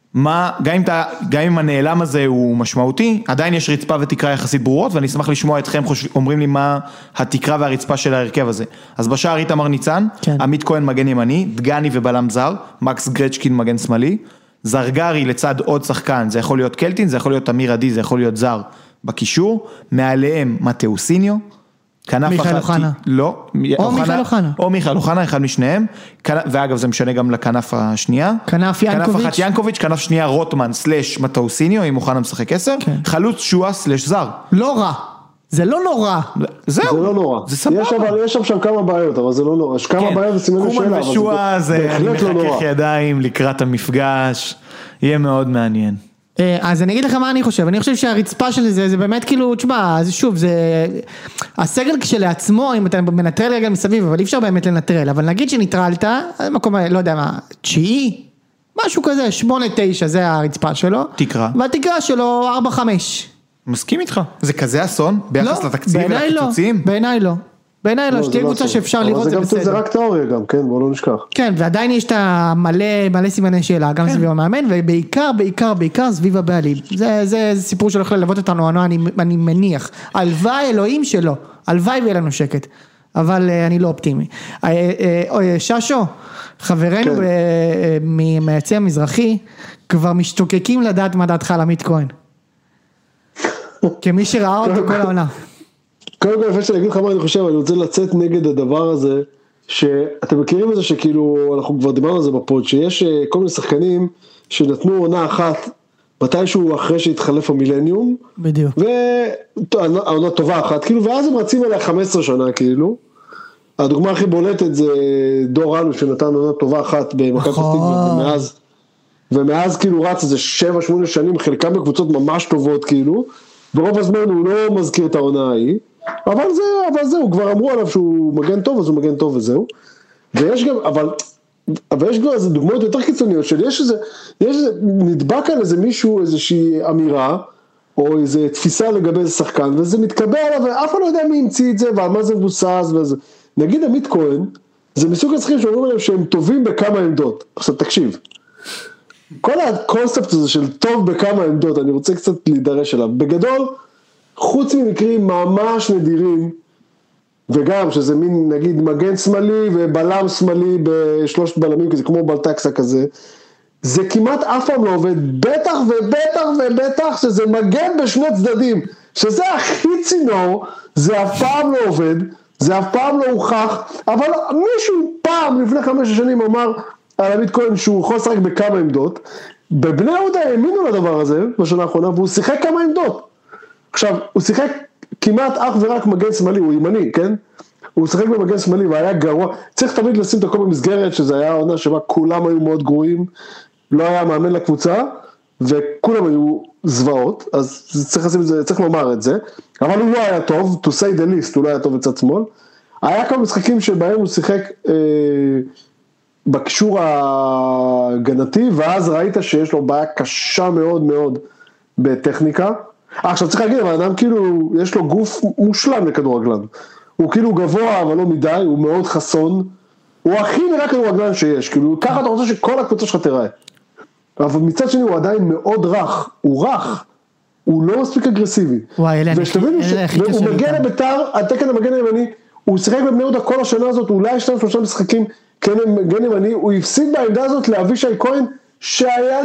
גם אם הנעלם הזה הוא משמעותי, עדיין יש רצפה ותקרה יחסית ברורות, ואני אשמח לשמוע אתכם אומרים לי מה התקרה והרצפה של ההרכב הזה. אז בשער איתמר ניצן, עמית כהן מגן ימני, דגני ובלם זר, מקס גרצ'קין מגן שמאלי, זרגרי לצד עוד שחקן, זה יכול להיות קלטין, זה יכול להיות אמיר עדי, זה יכול להיות זר בקישור, מעליהם מתאוסיניו, מיכאל אוחנה. לא. או מיכאל אוחנה. או מיכאל אוחנה, אחד משניהם. ואגב, זה משנה גם לכנף השנייה. כנף ינקוביץ'. כנף אחת ינקוביץ', כנף שנייה רוטמן סלש מתאוסיניו, אם אוחנה משחק 10. חלוץ שואה סלש זר. לא רע. זה לא נורא. זהו. זה לא נורא. זה סבבה. יש שם כמה בעיות, אבל זה לא נורא. יש כמה בעיות וסימני שאלה. קומן ושואה, אני מחכך ידיים לקראת המפגש. יהיה מאוד מעניין. אז אני אגיד לך מה אני חושב, אני חושב שהרצפה של זה באמת כאילו, תשמע, זה שוב, זה הסגל כשלעצמו, אם אתה מנטרל רגע מסביב, אבל אי אפשר באמת לנטרל, אבל נגיד שניטרלת, מקום, לא יודע מה, 9, משהו כזה, 8-9, זה הרצפה שלו, תקרה, והתקרה שלו 4-5. מסכים איתך, זה כזה אסון, ביחס לתקציב ולקיצוצים? בעיניי לא. בעיניי לא, שתהיה קבוצה שאפשר לראות זה בסדר. זה רק תיאוריה גם, כן, בוא לא נשכח. כן, ועדיין יש את מלא סימני שאלה, גם סביב המאמן, ובעיקר סביב הבעלים. זה סיפור שהולך ללוות אותנו, אני מניח. הלוואי אלוהים שלו, הלוואי ויהיה לנו שקט. אבל אני לא אופטימי. ששו, חברינו מהיציע המזרחי, כבר משתוקקים לדעת מה דעתך על עמית כהן. כמי שראה אותו כל העונה. קודם כל לפני שאני אגיד לך מה אני חושב, אני רוצה לצאת נגד הדבר הזה, שאתם מכירים את זה שכאילו, אנחנו כבר דיברנו על זה בפוד, שיש כל מיני שחקנים שנתנו עונה אחת, מתישהו אחרי שהתחלף המילניום, בדיוק. והעונה טובה אחת, כאילו, ואז הם רצים עליה 15 שנה, כאילו. הדוגמה הכי בולטת זה דור אלו, שנתן עונה טובה אחת במכבי פתח תקווה, ומאז כאילו רץ איזה 7-8 שנים, חלקם בקבוצות ממש טובות, כאילו, ברוב הזמן הוא לא מזכיר את העונה ההיא, אבל זהו, כבר אמרו עליו שהוא מגן טוב, אז הוא מגן טוב וזהו. ויש גם, אבל יש גם איזה דוגמאות יותר קיצוניות, יש איזה, נדבק על איזה מישהו, איזושהי אמירה, או איזה תפיסה לגבי איזה שחקן, וזה מתקבל עליו, ואף אחד לא יודע מי המציא את זה, ועל מה זה מבוסס, וזה. נגיד עמית כהן, זה מסוג השחקנים שאומרים עליהם שהם טובים בכמה עמדות. עכשיו תקשיב, כל הקונספט הזה של טוב בכמה עמדות, אני רוצה קצת להידרש עליו. בגדול, חוץ ממקרים ממש נדירים, וגם שזה מין נגיד מגן שמאלי ובלם שמאלי בשלושת בלמים כזה, כמו בלטקסה כזה, זה כמעט אף פעם לא עובד, בטח שזה מגן בשני צדדים, שזה הכי צינור, זה אף פעם לא עובד, זה אף פעם לא הוכח, אבל מישהו פעם לפני 5 שנים אמר על עמית כהן שהוא יכול לשחק בכמה עמדות, בבני יהודה האמינו לדבר הזה בשנה האחרונה, והוא שיחק כמה עמדות. עכשיו, הוא שיחק כמעט אך ורק מגן שמאלי, הוא ימני, כן? הוא שיחק במגן שמאלי והיה גרוע, צריך תמיד לשים את הכל במסגרת, שזה היה עונה שבה כולם היו מאוד גרועים, לא היה מאמן לקבוצה, וכולם היו זוועות, אז צריך לומר את זה, אבל הוא לא היה טוב, to say the least, הוא לא היה טוב בצד שמאל, היה כמה משחקים שבהם הוא שיחק בקישור ההגנתי, ואז ראית שיש לו בעיה קשה מאוד מאוד בטכניקה, עכשיו צריך להגיד, אבל אדם כאילו, יש לו גוף מושלם לכדורגלן, הוא כאילו גבוה אבל לא מדי, הוא מאוד חסון, הוא הכי נראה כדורגלן שיש, כאילו ככה אתה רוצה שכל הקבוצה שלך תראה, אבל מצד שני הוא עדיין מאוד רך, הוא רך, הוא לא מספיק אגרסיבי, והוא מגיע לביתר, התקן המגן הימני, הוא שיחק בבני יהודה כל השנה הזאת, אולי 2-3 משחקים כמגן ימני, הוא הפסיד בעמדה הזאת לאבישי כהן, שהיה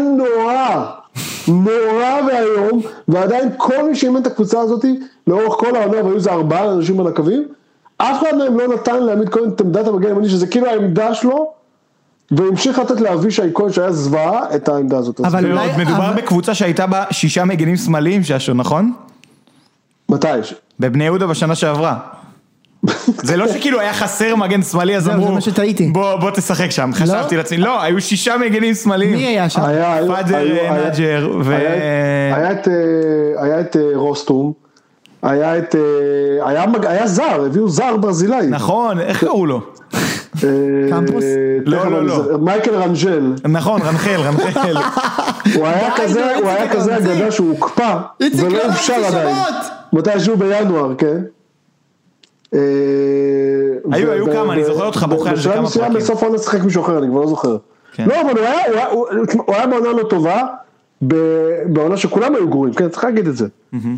נורא והיום, ועדיין כל מי שאימן את הקבוצה הזאת, לאורך כל העונה, והיו זה 4 אנשים על הקווים, אף אחד מהם לא נתן להעמיד כהן את עמדת המגן הימני, שזה כאילו העמדה שלו, והמשיך לתת לאבישי כהן שהיה זוועה את העמדה הזאת. אבל אולי מדובר בקבוצה שהייתה בה 6 מגנים שמאליים ששו, נכון? מתי? בבני יהודה בשנה שעברה. זה לא שכאילו היה חסר מגן שמאלי, אז אמרו, בוא תשחק שם, חשבתי לעצמי, לא, היו 6 מגנים שמאליים. מי היה שם? פאדר, נאג'ר, היה את רוסטום, היה זר, הביאו זר ברזילאי. נכון, איך קראו לו? קמפוס? לא. מייקל רנג'ל. נכון, רנחל. הוא היה כזה אגדה שהוא הוקפא, ולא אפשר עדיין. מתישהו בינואר, כן? היו כמה, אני זוכר אותך בוכה על זה כמה פרקים. בסוף הוא נשחק מישהו אחר, אני כבר לא זוכר. לא, אבל הוא היה בעונה לא טובה, בעונה שכולם היו גרועים, כן, צריך להגיד את זה.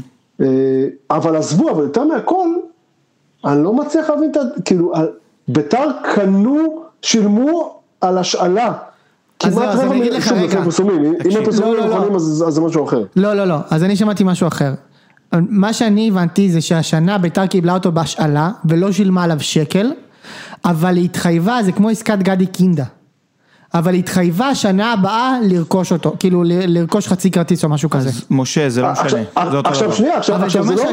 אבל עזבו, אבל יותר מהכל, אני לא מצליח להבין את זה, כאילו, ביתר שילמו על השאלה. כמעט רבע מיליון, שוב, לפני פרסומים, אם הפרסומים לא נכונים, אז זה משהו אחר. לא, אז אני שמעתי משהו אחר. מה שאני הבנתי זה שהשנה ביתר קיבלה אותו בהשאלה, ולא שילמה עליו שקל, אבל היא התחייבה, זה כמו עסקת גדי קינדה, אבל היא התחייבה שנה הבאה לרכוש אותו, כאילו לרכוש חצי כרטיס או משהו כזה. משה, זה לא משנה. עכשיו שנייה, עכשיו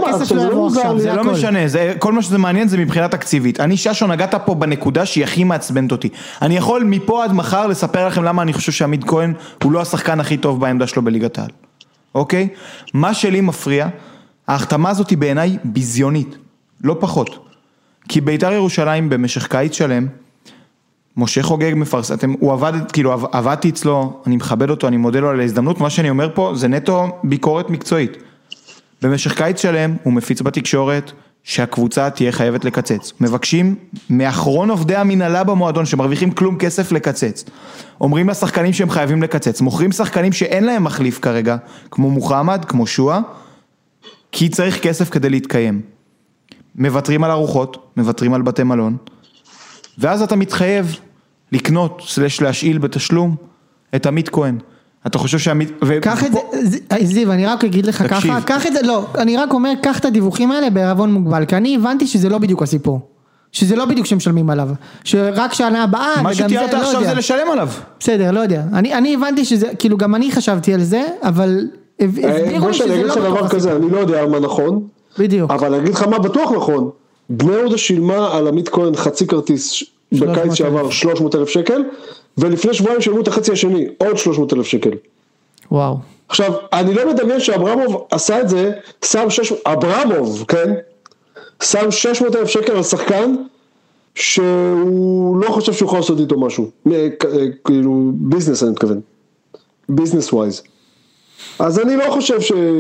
זה לא משנה, כל מה שזה מעניין זה מבחינה תקציבית. אני ששו נגעת פה בנקודה שהיא הכי מעצבנת אותי. אני יכול מפה עד מחר לספר לכם למה אני חושב שעמית כהן הוא לא השחקן הכי טוב בעמדה שלו בליגת העל. אוקיי? מה שלי מפריע, ההחתמה הזאת היא בעיניי ביזיונית, לא פחות. כי ביתר ירושלים במשך קיץ שלם, משה חוגג מפרס, הוא עבד, כאילו עבדתי אצלו, אני מכבד אותו, אני מודה לו על ההזדמנות, מה שאני אומר פה זה נטו ביקורת מקצועית. במשך קיץ שלם הוא מפיץ בתקשורת שהקבוצה תהיה חייבת לקצץ. מבקשים מאחרון עובדי המנהלה במועדון שמרוויחים כלום כסף לקצץ. אומרים לשחקנים שהם חייבים לקצץ, מוכרים שחקנים שאין להם מחליף כרגע, כמו מוחמד, כמו שואה, כי צריך כסף כדי להתקיים. מוותרים על ארוחות, מוותרים על בתי מלון, ואז אתה מתחייב לקנות, להשאיל בתשלום, את עמית כהן. אתה חושב שעמית... קח את זה, זיו, אני רק אגיד לך ככה, קח את זה, לא, אני רק אומר, קח את הדיווחים האלה בערבון מוגבל, כי אני הבנתי שזה לא בדיוק הסיפור. שזה לא בדיוק שמשלמים עליו. שרק שנה הבאה, מה שתיארת עכשיו זה לשלם עליו. בסדר, לא יודע. אני הבנתי שזה, כאילו גם אני חשבתי על זה, אבל... בוא שאני אגיד לך דבר כזה, אני לא יודע מה נכון. בדיוק. אבל אני אגיד לך מה בטוח נכון. בני יהודה שילמה על עמית כהן חצי כרטיס בקיץ שעבר 300,000 שקל, ולפני שבועיים שילמו את החצי השני, עוד 300,000 שקל. וואו. עכשיו, אני לא מדמיין שאברמוב עשה את זה, אברמוב, כן? שם 600,000 שקל על שחקן, שהוא לא חושב שהוא יכול לעשות איתו משהו. כאילו, ביזנס אני מתכוון. ביזנס ווייז. אז אני לא חושב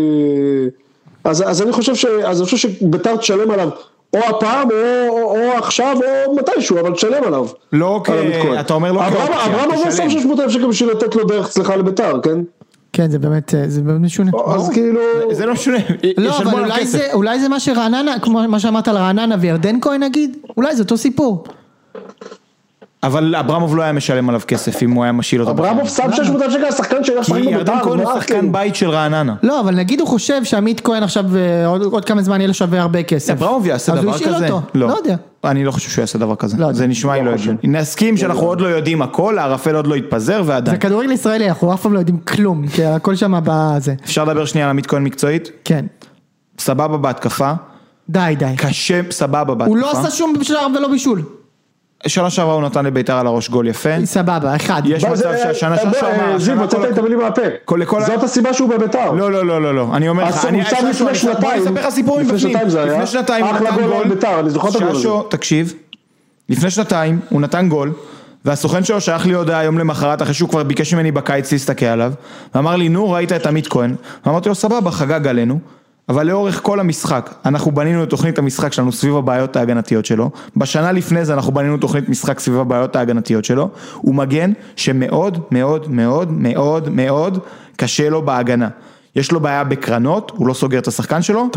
אז אני חושב שביתר תשלם עליו, או הפעם, או עכשיו, או מתישהו, אבל תשלם עליו. לא, אתה אומר לא כאופציה. אברהם לא שם 600,000 שקל בשביל לתת לו דרך צלחה לביתר, כן? כן, זה באמת שונה. אז כאילו... זה לא שונה. לא, אבל אולי זה מה שרעננה, כמו מה שאמרת על רעננה וירדן כהן נגיד, אולי זה אותו סיפור. אבל אברמוב לא היה משלם עליו כסף אם הוא היה משאיל אותו. אברמוב שם 600,000 שקל לשחקן שהיה שחק בביתר. כי ירדן כהן הוא שחקן בית של רעננה. לא, אבל נגיד הוא חושב שעמית כהן עכשיו עוד כמה זמן יהיה לו שווה הרבה כסף. אברמוב יעשה דבר כזה? לא יודע. אני לא חושב שהוא יעשה דבר כזה. זה נשמע לי לא הגיוני. נסכים שאנחנו עוד לא יודעים הכל, הערפל עוד לא יתפזר ועדיין. זה כדורגל ישראלי, אנחנו אף פעם לא יודעים כלום, כי הכל שם בזה. אפשר לדבר שנייה על עמית כהן מקצועית? כן. סבבה בהתקפה. די. קשה, סבבה בהתקפה. הוא לא עשה שום בשער ולא בישול. שנה שעברה הוא נתן לביתר על הראש גול יפה. סבבה, אחד. יש מצב שהשנה שעברה... זיו, הוצאת את המילים מהפה. זאת הסיבה שהוא בביתר. לא. אני אומר לך, אני לפני שנתיים. בוא נספר לך סיפורים בפנים. לפני שנתיים הוא נתן גול. ששו, תקשיב. לפני שנתיים הוא נתן גול, והסוכן שלו שלח לי הודעה היום למחרת, אחרי שהוא כבר ביקש ממני בקיץ להסתכל עליו, ואמר לי, נו, ראית את עמית כהן? ואמרתי לו, סבבה, חגג עלינו, אבל לאורך כל המשחק, אנחנו בנינו את תוכנית המשחק שלנו סביב הבעיות ההגנתיות שלו, בשנה לפני זה אנחנו בנינו תוכנית משחק סביב הבעיות ההגנתיות שלו, הוא מגן שמאוד מאוד מאוד מאוד מאוד קשה לו בהגנה. יש לו בעיה בקרנות, הוא לא סוגר את השחקן שלו,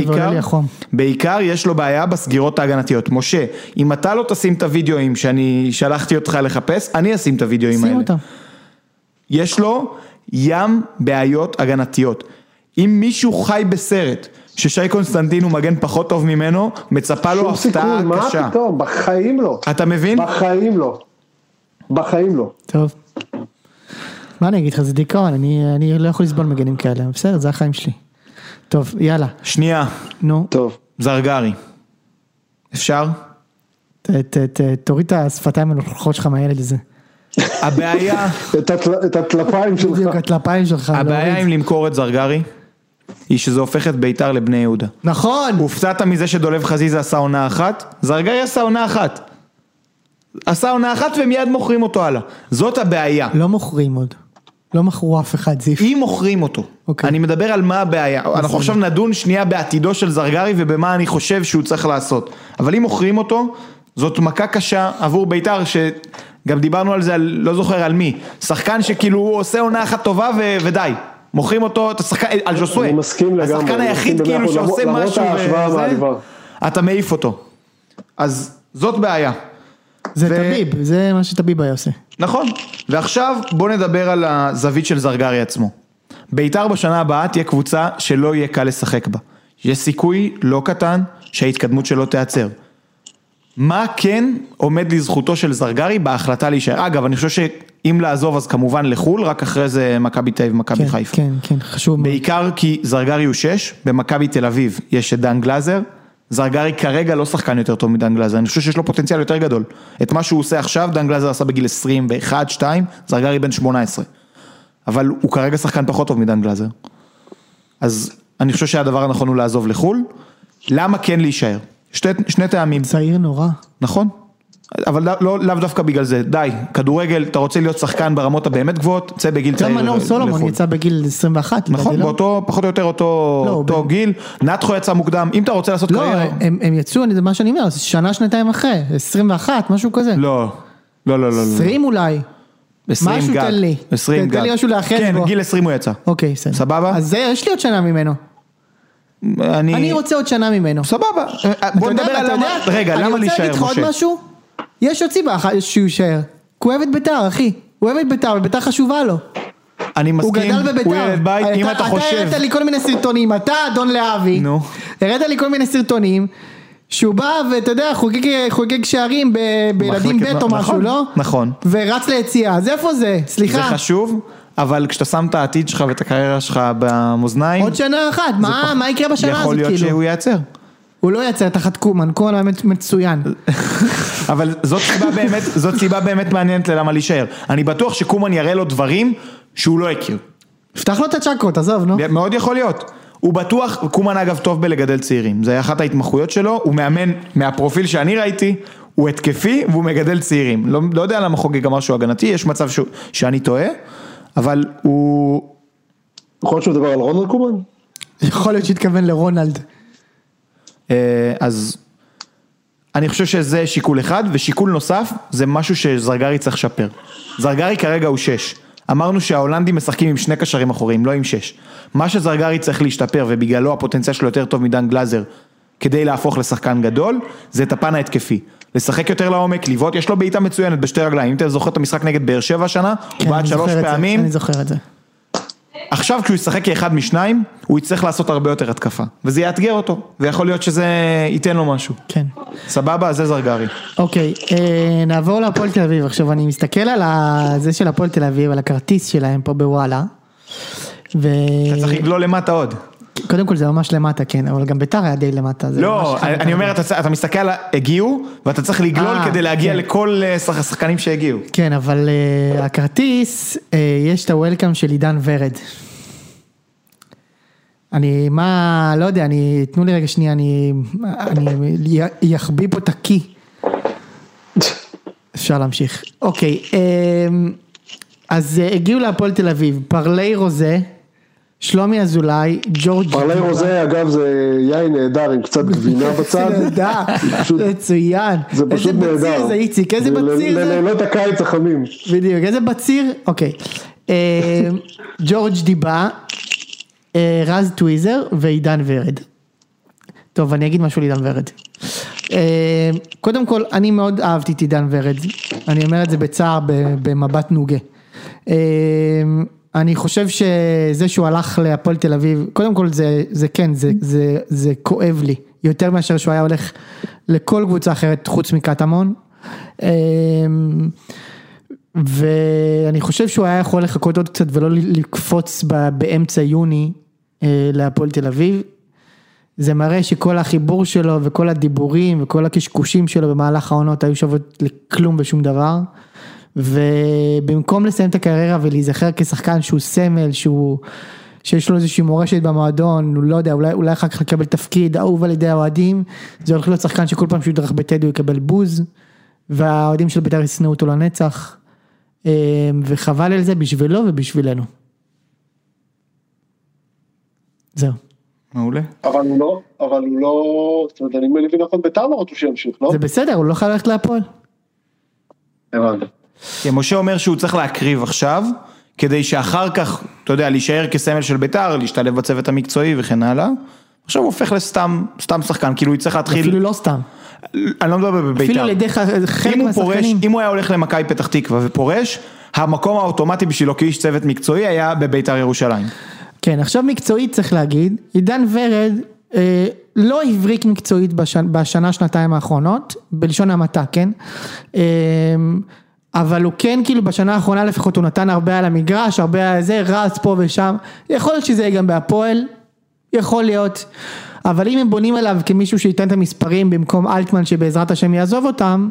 ובעיקר יש לו בעיה בסגירות ההגנתיות. משה, אם אתה לא תשים את הוידאוים שאני שלחתי אותך לחפש, אני אשים את הוידאוים האלה. יש לו ים בעיות הגנתיות. אם מישהו חי בסרט, ששי קונסטנטין הוא מגן פחות טוב ממנו, מצפה לו הפתעה קשה. מה פתאום? בחיים לא. אתה מבין? בחיים לא. טוב. מה אני אגיד לך, זה דיכאון, אני לא יכול לסבול מגנים כאלה, בסדר, זה החיים שלי. טוב, יאללה. שנייה. נו. טוב. זרגרי. אפשר? תוריד את השפתיים הנוכחות שלך מהילד הזה. הבעיה... את הטלפיים שלך. בדיוק, הטלפיים שלך. הבעיה עם למכור את זרגרי, היא שזה הופך את ביתר לבני יהודה. נכון. הופתעת מזה שדולב חזיזה עשה עונה אחת, זרגרי עשה עונה אחת. עשה עונה אחת ומיד מוכרים אותו הלאה. זאת הבעיה. לא מוכרים עוד. לא מכרו אף אחד, זיף. אם מוכרים אותו. אני מדבר על מה הבעיה. אנחנו עכשיו נדון שנייה בעתידו של זרגרי ובמה אני חושב שהוא צריך לעשות. אבל אם מוכרים אותו, זאת מכה קשה עבור ביתר שגם דיברנו על זה, לא זוכר על מי. שחקן שכאילו הוא עושה עונה אחת טובה ודי. מוכרים אותו, את השחקן, על ג'וסוי. אני מסכים לגמרי. השחקן היחיד כאילו שעושה משהו אתה מעיף אותו. אז זאת בעיה. זה טביב, זה מה שטביב היה עושה. נכון, ועכשיו בוא נדבר על הזווית של זרגרי עצמו. ביתר בשנה הבאה תהיה קבוצה שלא יהיה קל לשחק בה. יש סיכוי לא קטן שההתקדמות שלו תיעצר. מה כן עומד לזכותו של זרגרי בהחלטה להישאר? אגב, אני חושב שאם לעזוב אז כמובן לחול, רק אחרי זה מכבי תל אביב ומכבי חיפה. כן, חשוב. בעיקר כי זרגרי הוא 6, במכבי תל אביב יש את דן גלאזר, זרגרי כרגע לא שחקן יותר טוב מדן גלאזר, אני חושב שיש לו פוטנציאל יותר גדול. את מה שהוא עושה עכשיו, דן גלאזר עשה בגיל 21, 2, זרגרי בן 18. אבל הוא כרגע שחקן פחות טוב מדן גלאזר. אז אני חושב שהדבר הנכון הוא לעזוב לחול. למה כן להישאר? שני טעמים. צעיר נורא. נכון. אבל לאו דווקא בגלל זה, די, כדורגל, אתה רוצה להיות שחקן ברמות הבאמת גבוהות, צא בגיל צעיר. גם מנור סולומון יצא בגיל 21. נכון, באותו, פחות או יותר אותו גיל, נתחו יצא מוקדם, אם אתה רוצה לעשות קריירה. לא, הם יצאו, זה מה שאני אומר, שנה, שנתיים אחרי, 21, משהו כזה. לא. 20 אולי. 20 משהו גג. תן לי. 20 גג. תן לי משהו לאחד בו. כן, גיל 20 הוא יצא. אוקיי, בסדר. סבבה? אז יש לי עוד שנה ממנו. אני רוצה עוד שנה ממנו. סבבה. בוא נדבר על למה, רגע, למה להישאר, משה? אני רוצה להגיד לך עוד משהו? יש עוד סיבה שהוא יישאר. הוא אוהב את ביתר, אחי. הוא אוהב את ביתר, וביתר חשובה לו. אני מסכים, הוא גדל בביתר. הוא ילד בית, אם אתה חושב. אתה הראת לי כל מיני סרטונים, אתה אדון להבי. נו. הראת לי כל מיני סרטונים, שהוא בא ואתה יודע, חוגג שערים בילדים בית או משהו, לא? נכון. ורץ ליציאה, אז איפה זה? סליחה. זה חשוב, אבל כשאתה שם את העתיד שלך ואת הקריירה שלך במאזניים. עוד שנה אחת, מה יקרה בשנה הזאת? יכול להיות שהוא ייעצר. הוא לא ייצר תחת קומן, קומן באמת מצוין. אבל זאת סיבה באמת מעניינת ללמה להישאר. אני בטוח שקומן יראה לו דברים שהוא לא הכיר. פתח לו את הצ'קות, עזוב, נו. מאוד יכול להיות. הוא בטוח, קומן אגב טוב בלגדל צעירים. זה אחת ההתמחויות שלו, הוא מאמן מהפרופיל שאני ראיתי, הוא התקפי והוא מגדל צעירים. לא יודע למה חוגג אמר שהוא הגנתי, יש מצב שאני טועה, אבל הוא... יכול להיות שהוא מדבר על רונלד קומן? יכול להיות שהתכוון לרונלד. אז אני חושב שזה שיקול אחד, ושיקול נוסף זה משהו שזרגרי צריך לשפר. זרגרי כרגע הוא 6. אמרנו שההולנדים משחקים עם 2 קשרים אחוריים, לא עם 6. מה שזרגרי צריך להשתפר, ובגללו הפוטנציאל שלו יותר טוב מדן גלאזר, כדי להפוך לשחקן גדול, זה את הפן ההתקפי. לשחק יותר לעומק, לבעוט, יש לו בעיטה מצוינת בשתי רגליים. אם אתה זוכר את המשחק נגד באר שבע השנה, הוא בעט 3 פעמים. אני זוכר את זה. עכשיו כשהוא ישחק כאחד משניים, הוא יצטרך לעשות הרבה יותר התקפה, וזה יאתגר אותו, ויכול להיות שזה ייתן לו משהו. כן. סבבה, זה זרגרי. אוקיי, נעבור להפועל תל אביב. עכשיו אני מסתכל על זה של הפועל תל אביב, על הכרטיס שלהם פה בוואלה. אתה צריך לגלול למטה עוד. קודם כל זה ממש למטה, כן, אבל גם ביתר היה די למטה. לא, אני אומר, אתה מסתכל על הגיעו, ואתה צריך לגלול כדי להגיע לכל השחקנים שהגיעו. כן, אבל הכרטיס, יש את הוולקאם של עידן ורד. לא יודע, תנו לי רגע שנייה, אני יחביא פה את הקי. אפשר להמשיך. אוקיי, אז הגיעו להפועל תל אביב, פרלי רוזה, שלומי אזולאי, ג'ורג' פרלי רוזה, אגב, זה יין נהדר עם קצת גבינה בצד. זה נהדר, מצוין. זה פשוט נהדר. איזה בציר זה איציק, איזה בציר זה? ללילות הקיץ החמים. בדיוק, איזה בציר? אוקיי. ג'ורג' דיבה, רז טוויזר ועידן ורד. טוב, אני אגיד משהו לעידן ורד. קודם כל, אני מאוד אהבתי את עידן ורד. אני אומר את זה בצער, במבט נוגה. אני חושב שזה שהוא הלך להפועל תל אביב, קודם כל זה כן, זה כואב לי, יותר מאשר שהוא היה הולך לכל קבוצה אחרת חוץ מקטמון, ואני חושב שהוא היה יכול לחכות עוד קצת ולא לקפוץ באמצע יוני להפועל תל אביב. זה מראה שכל החיבור שלו וכל הדיבורים וכל הקשקושים שלו במהלך העונות היו שוות לכלום ושום דבר, ובמקום לסיים את הקריירה ולהיזכר כשחקן שהוא סמל, שיש לו איזושהי מורשת במועדון, הוא לא יודע, אולי אחר כך לקבל תפקיד, אהוב על ידי האוהדים, זה הולך להיות שחקן שכל פעם שהוא ידרך בטד הוא יקבל בוז, והאוהדים של בית"ר ישנאו אותו לנצח, וחבל על זה בשבילו ובשבילנו. זהו. מעולה. אבל הוא לא, זאת אומרת, אני מבין נכון, בית"ר לא רצו שימשיך, לא? זה בסדר, הוא לא יכול ללכת להפועל. הבנתי. כן, משה אומר שהוא צריך להקריב עכשיו, כדי שאחר כך, אתה יודע, להישאר כסמל של בית"ר, להשתלב בצוות המקצועי וכן הלאה. עכשיו הוא הופך לסתם שחקן, כאילו הוא צריך להתחיל... אפילו לא סתם. אני לא מדבר בבית"ר. אפילו על ידי חלק מהשחקנים. אם הוא היה הולך למכבי פתח תקווה ופורש, המקום האוטומטי בשבילו כאיש צוות מקצועי היה בבית"ר ירושלים. כן, עכשיו מקצועית צריך להגיד, עידן ורד לא הבריק מקצועית בשנה, שנתיים האחרונות, בלשון המעטה, כן? אבל הוא כן, כאילו בשנה האחרונה לפחות הוא נתן הרבה על המגרש, הרבה על זה, רץ פה ושם, יכול להיות שזה יהיה גם בהפועל, יכול להיות, אבל אם הם בונים עליו כמישהו שייתן את המספרים במקום אלטמן שבעזרת השם יעזוב אותם,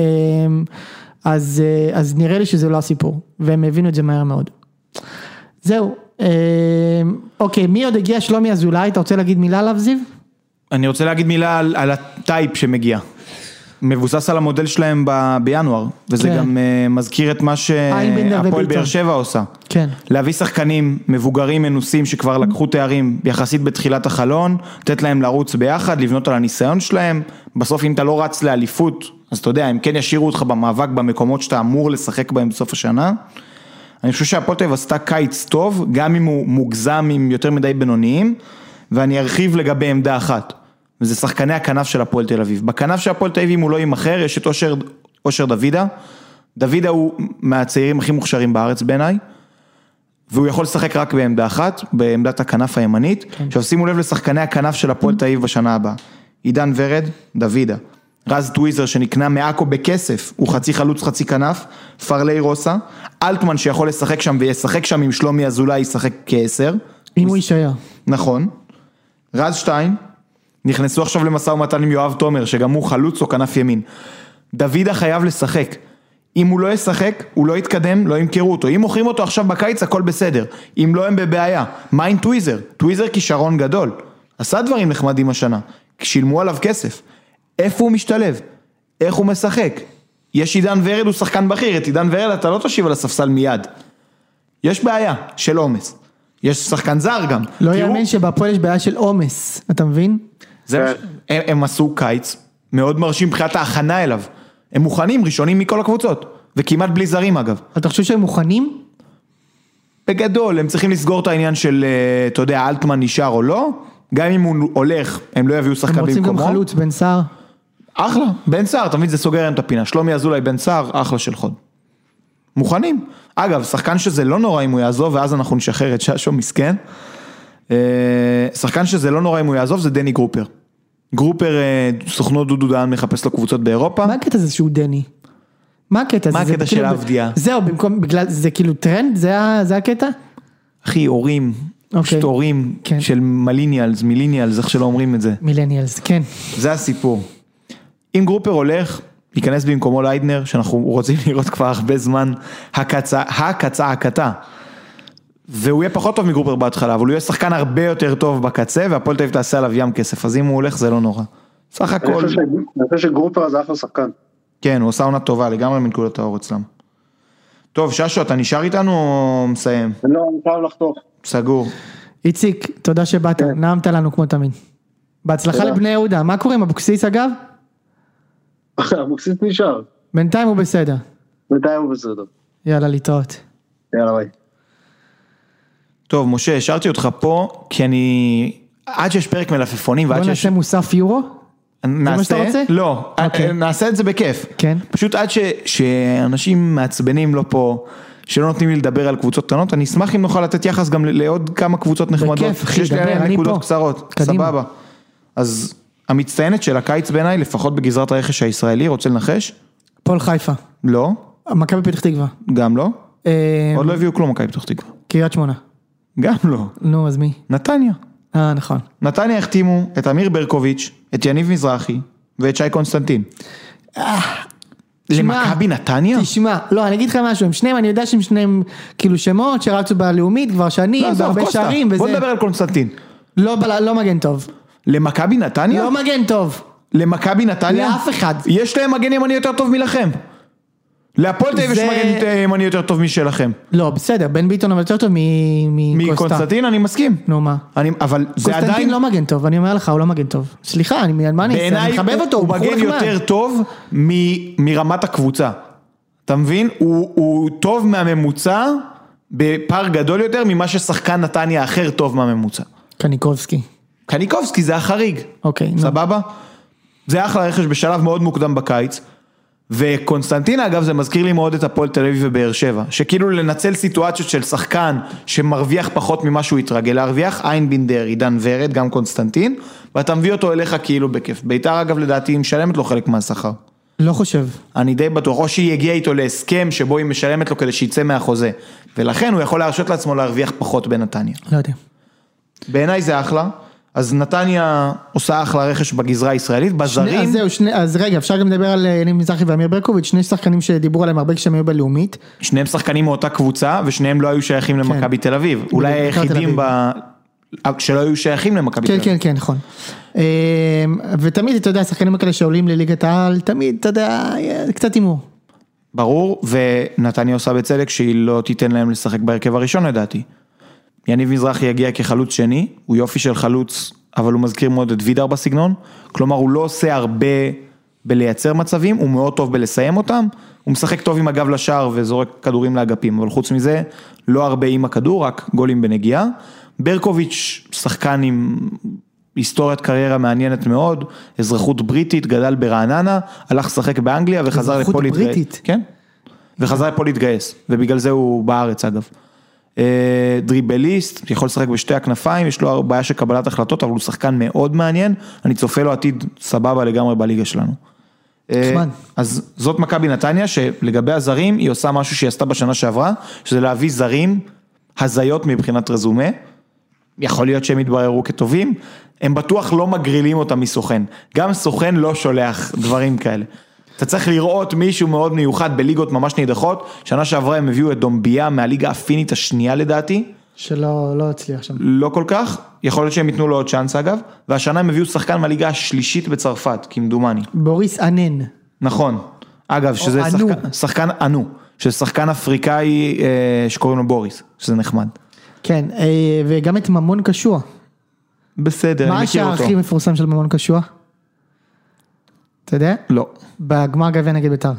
אז נראה לי שזה לא הסיפור, והם הבינו את זה מהר מאוד. זהו, אוקיי, מי עוד הגיע? שלומי אזולאי, אתה רוצה להגיד מילה עליו זיו? אני רוצה להגיד מילה על הטייפ שמגיע. מבוסס על המודל שלהם בינואר, וזה גם מזכיר את מה שהפועל באר שבע עושה. כן. להביא שחקנים מבוגרים מנוסים שכבר לקחו תארים יחסית בתחילת החלון, לתת להם לרוץ ביחד, לבנות על הניסיון שלהם, בסוף אם אתה לא רץ לאליפות, אז אתה יודע, הם כן ישאירו אותך במאבק במקומות שאתה אמור לשחק בהם בסוף השנה. אני חושב שהפועל תל אביב עשתה קיץ טוב, גם אם הוא מוגזם עם יותר מדי בינוניים, ואני ארחיב לגבי עמדה אחת. וזה שחקני הכנף של הפועל תל אביב. בכנף של הפועל תל אביב, אם הוא לא ימחר, יש את אושר דוידה. דוידה הוא מהצעירים הכי מוכשרים בארץ בעיניי, והוא יכול לשחק רק בעמדה אחת, בעמדת הכנף הימנית. עכשיו שימו לב לשחקני הכנף של הפועל תל אביב בשנה הבאה. עידן ורד, דוידה. רז טוויזר שנקנה מעכו בכסף, הוא חצי חלוץ חצי כנף, פרלי רוסה, אלטמן שיכול לשחק שם וישחק שם עם שלומי אזולאי, ישחק כ10. אם הוא יישאר. נכון. רז שטיין, נכנסו עכשיו למשא ומתן עם יואב תומר, שגם הוא חלוץ או כנף ימין. דוידה חייב לשחק. אם הוא לא ישחק, הוא לא יתקדם, לא ימכרו אותו. אם מוכרים אותו עכשיו בקיץ, הכל בסדר. אם לא, הם בבעיה. מה עם טוויזר? טוויזר כישרון גדול. עשה דברים נחמדים השנה. שילמו עליו כסף. איפה הוא משתלב? איך הוא משחק? יש עידן ורד, הוא שחקן בכיר. את עידן ורד אתה לא תושיב על הספסל מיד. יש בעיה של אומץ. יש שחקן זר גם. לא יאמן שבפועל יש בעיה של אומץ, אתה מבין? הם עשו קיץ מאוד מרשים מבחינת ההכנה אליו. הם מוכנים, ראשונים מכל הקבוצות. וכמעט בלי זרים אגב. אתה חושב שהם מוכנים? בגדול, הם צריכים לסגור את העניין של, אתה יודע, אלטמן נשאר או לא. גם אם הוא הולך, הם לא יביאו שחקן במקומו. הם רוצים גם חלוץ, בן סער. אחלה, בן סער, תמיד זה סוגר להם את הפינה. שלומי אזולאי, בן סער, אחלה של חוד. מוכנים. אגב, שחקן שזה לא נורא אם הוא יעזוב, ואז אנחנו נשחרר את ששו מסכן. שחקן שזה לא נורא אם הוא יעזוב, זה דני גרופר. גרופר, סוכנות דודו דהן מחפש לו קבוצות באירופה. מה הקטע הזה שהוא דני? מה הקטע הזה? מה הקטע של העבדיה? זהו, בגלל, זה כאילו טרנד? זה הקטע? אחי, הורים, אוקיי. שטורים כן. של מיליניאלס, איך שלא אומרים את זה. מילניאלס, כן. זה הסיפור. אם גרופר הולך, ייכנס במקומו ליידנר, שאנחנו רוצים לראות כבר הרבה זמן, הקצה. והוא יהיה פחות טוב מגרופר בהתחלה, אבל הוא יהיה שחקן הרבה יותר טוב בקצה, והפועל תל אביב תעשה עליו ים כסף, אז אם הוא הולך זה לא נורא. סך הכל. אני חושב שגרופר זה אחלה שחקן. כן, הוא עושה עונה טובה, לגמרי מנקודת האור אצלם. טוב, ששו, אתה נשאר איתנו או מסיים? לא, אני חייב לחתוך. סגור. איציק, תודה שבאת, נעמת לנו כמו תמיד. בהצלחה לבני יהודה, מה קורה עם אבוקסיס אגב? אבוקסיס נשאר. בינתיים הוא בסדר. בינתיים הוא בסדר. יאללה, להתראות. יאללה ביי. טוב, משה, השארתי אותך פה, כי עד שיש פרק מלפפונים, בוא נעשה מוסף יורו? נעשה, מה שאתה רוצה? לא, נעשה את זה בכיף. כן. פשוט עד שאנשים מעצבנים לא פה, שלא נותנים לי לדבר על קבוצות קטנות, אני אשמח אם נוכל לתת יחס גם לעוד כמה קבוצות נחמדות. בכיף, אחי, שיש לי דבר, עליהן אני נקודות פה. קצרות. קדימה. סבבה. אז המצטיינת של הקיץ בעיניי, לפחות בגזרת הרכש הישראלי, רוצה לנחש? פועל חיפה. לא. מכבי פתח תקווה. גם לא. עוד לא הביאו כלום מכבי פתח תקווה. קריית שמונה. גם לא. נו, אז מי? נתניה. נכון. נתניה החתימו את אמיר ברקוביץ', את יניב מזרחי ואת שי קונסטנטין. למכבי נתניה? תשמע, לא, אני אגיד לך משהו, הם שניהם, אני יודע שהם שניהם כאילו שמות שרצו בלאומית כבר שנים, בהרבה שערים וזה. בוא נדבר על קונסטנטין. לא מגן טוב. למכבי נתניה? לא מגן טוב. למכבי נתניה? לאף אחד. יש להם מגן ימני יותר טוב מלכם. להפועל תל אביב יש מגן ימני יותר טוב משלכם. לא, בסדר, בן ביטון אבל יותר טוב מקונסטנטין, אני מסכים. נו מה? אבל זה עדיין... קונסטנטין לא מגן טוב, אני אומר לך, הוא לא מגן טוב. סליחה, אני מחבב אותו, הוא מגן יותר טוב מרמת הקבוצה. אתה מבין? הוא טוב מהממוצע בפער גדול יותר ממה ששחקן נתניה אחר טוב מהממוצע. קניקובסקי זה החריג. אוקיי. סבבה? זה אחלה רכש בשלב מאוד מוקדם בקיץ. וקונסטנטין אגב זה מזכיר לי מאוד את הפועל תל אביב ובאר שבע, שכאילו לנצל סיטואציות של שחקן שמרוויח פחות ממה שהוא יתרגל להרוויח, עין בינדר, עידן ורד, גם קונסטנטין, ואתה מביא אותו אליך כאילו בכיף. ביתר אגב לדעתי היא משלמת לו חלק מהשכר. לא חושב. אני די בטוח, או שהיא הגיעה איתו להסכם שבו היא משלמת לו כדי שיצא מהחוזה, ולכן הוא יכול להרשות לעצמו להרוויח פחות בנתניה. לא יודע. בעיניי זה אחלה. אז נתניה עושה אחלה רכש בגזרה הישראלית, בזרים... אז רגע, אפשר גם לדבר על יניב מזרחי ואמיר ברקוביץ', שני שחקנים שדיברו עליהם הרבה כשהם היו בלאומית. שניהם שחקנים מאותה קבוצה, ושניהם לא היו שייכים למכבי תל אביב. אולי היחידים שלא היו שייכים למכבי תל אביב. כן, נכון. ותמיד, אתה יודע, השחקנים כאלה שעולים לליגת העל, תמיד, אתה יודע, קצת אימור. ברור, ונתניה עושה בצדק שהיא לא תיתן להם לשחק בהרכב הראשון לדעתי. יניב מזרחי יגיע כחלוץ שני, הוא יופי של חלוץ, אבל הוא מזכיר מאוד את וידר בסגנון, כלומר הוא לא עושה הרבה בלייצר מצבים, הוא מאוד טוב בלסיים אותם, הוא משחק טוב עם הגב לשער וזורק כדורים לאגפים, אבל חוץ מזה לא הרבה עם הכדור, רק גולים בנגיעה. ברקוביץ' שחקן עם היסטוריית קריירה מעניינת מאוד, אזרחות בריטית, גדל ברעננה, הלך לשחק באנגליה וחזר לפה להתגייס. כן? וחזר לפה להתגייס, ובגלל זה הוא בארץ אגב. דריבליסט, יכול לשחק בשתי הכנפיים, יש לו בעיה של קבלת החלטות, אבל הוא שחקן מאוד מעניין, אני צופה לו עתיד סבבה לגמרי בליגה שלנו. אז זאת מכבי נתניה, שלגבי הזרים, היא עושה משהו שהיא עשתה בשנה שעברה, שזה להביא זרים, הזיות מבחינת רזומה, יכול להיות שהם יתבררו כטובים, הם בטוח לא מגרילים אותם מסוכן, גם סוכן לא שולח דברים כאלה. אתה צריך לראות מישהו מאוד מיוחד בליגות ממש נידחות, שנה שעברה הם הביאו את דומביה מהליגה הפינית השנייה לדעתי. שלא הצליח שם. לא כל כך, יכול להיות שהם ייתנו לו עוד צ'אנס אגב, והשנה הם הביאו שחקן מהליגה השלישית בצרפת, כמדומני. בוריס אנן. נכון, אגב, שזה שחקן אנו, שזה שחקן אפריקאי שקוראים לו בוריס, שזה נחמד. כן, וגם את ממון קשוע. בסדר, אני מכיר אותו. מה השער הכי מפורסם של ממון קשוע? אתה יודע? לא. בגמר גביע נגד ביתר.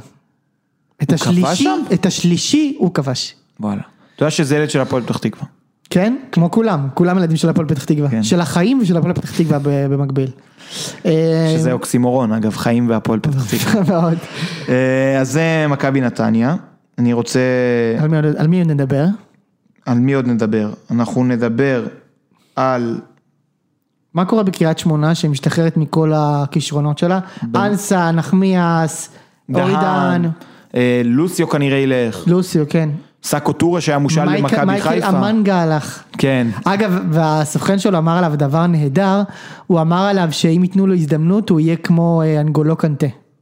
את השלישי הוא כבש. וואלה. אתה יודע שזה ילד של הפועל פתח תקווה. כן? כמו כולם ילדים של הפועל פתח תקווה. של החיים ושל הפועל פתח תקווה במקביל. שזה אוקסימורון, אגב, חיים והפועל פתח תקווה. מאוד. אז זה מכבי נתניה. אני רוצה... על מי עוד נדבר? על מי עוד נדבר? אנחנו נדבר על... מה קורה בקריית שמונה שמשתחררת מכל הכישרונות שלה? אנסה, נחמיאס, אורידן. לוסיו כנראה ילך. לוסיו, כן. סאקו טורה שהיה מושל למכבי חיפה. מייקל אמנגה הלך. כן. אגב, והסוכן שלו אמר עליו דבר נהדר, הוא אמר עליו שאם ייתנו לו הזדמנות, הוא יהיה כמו אנגולו קנטה.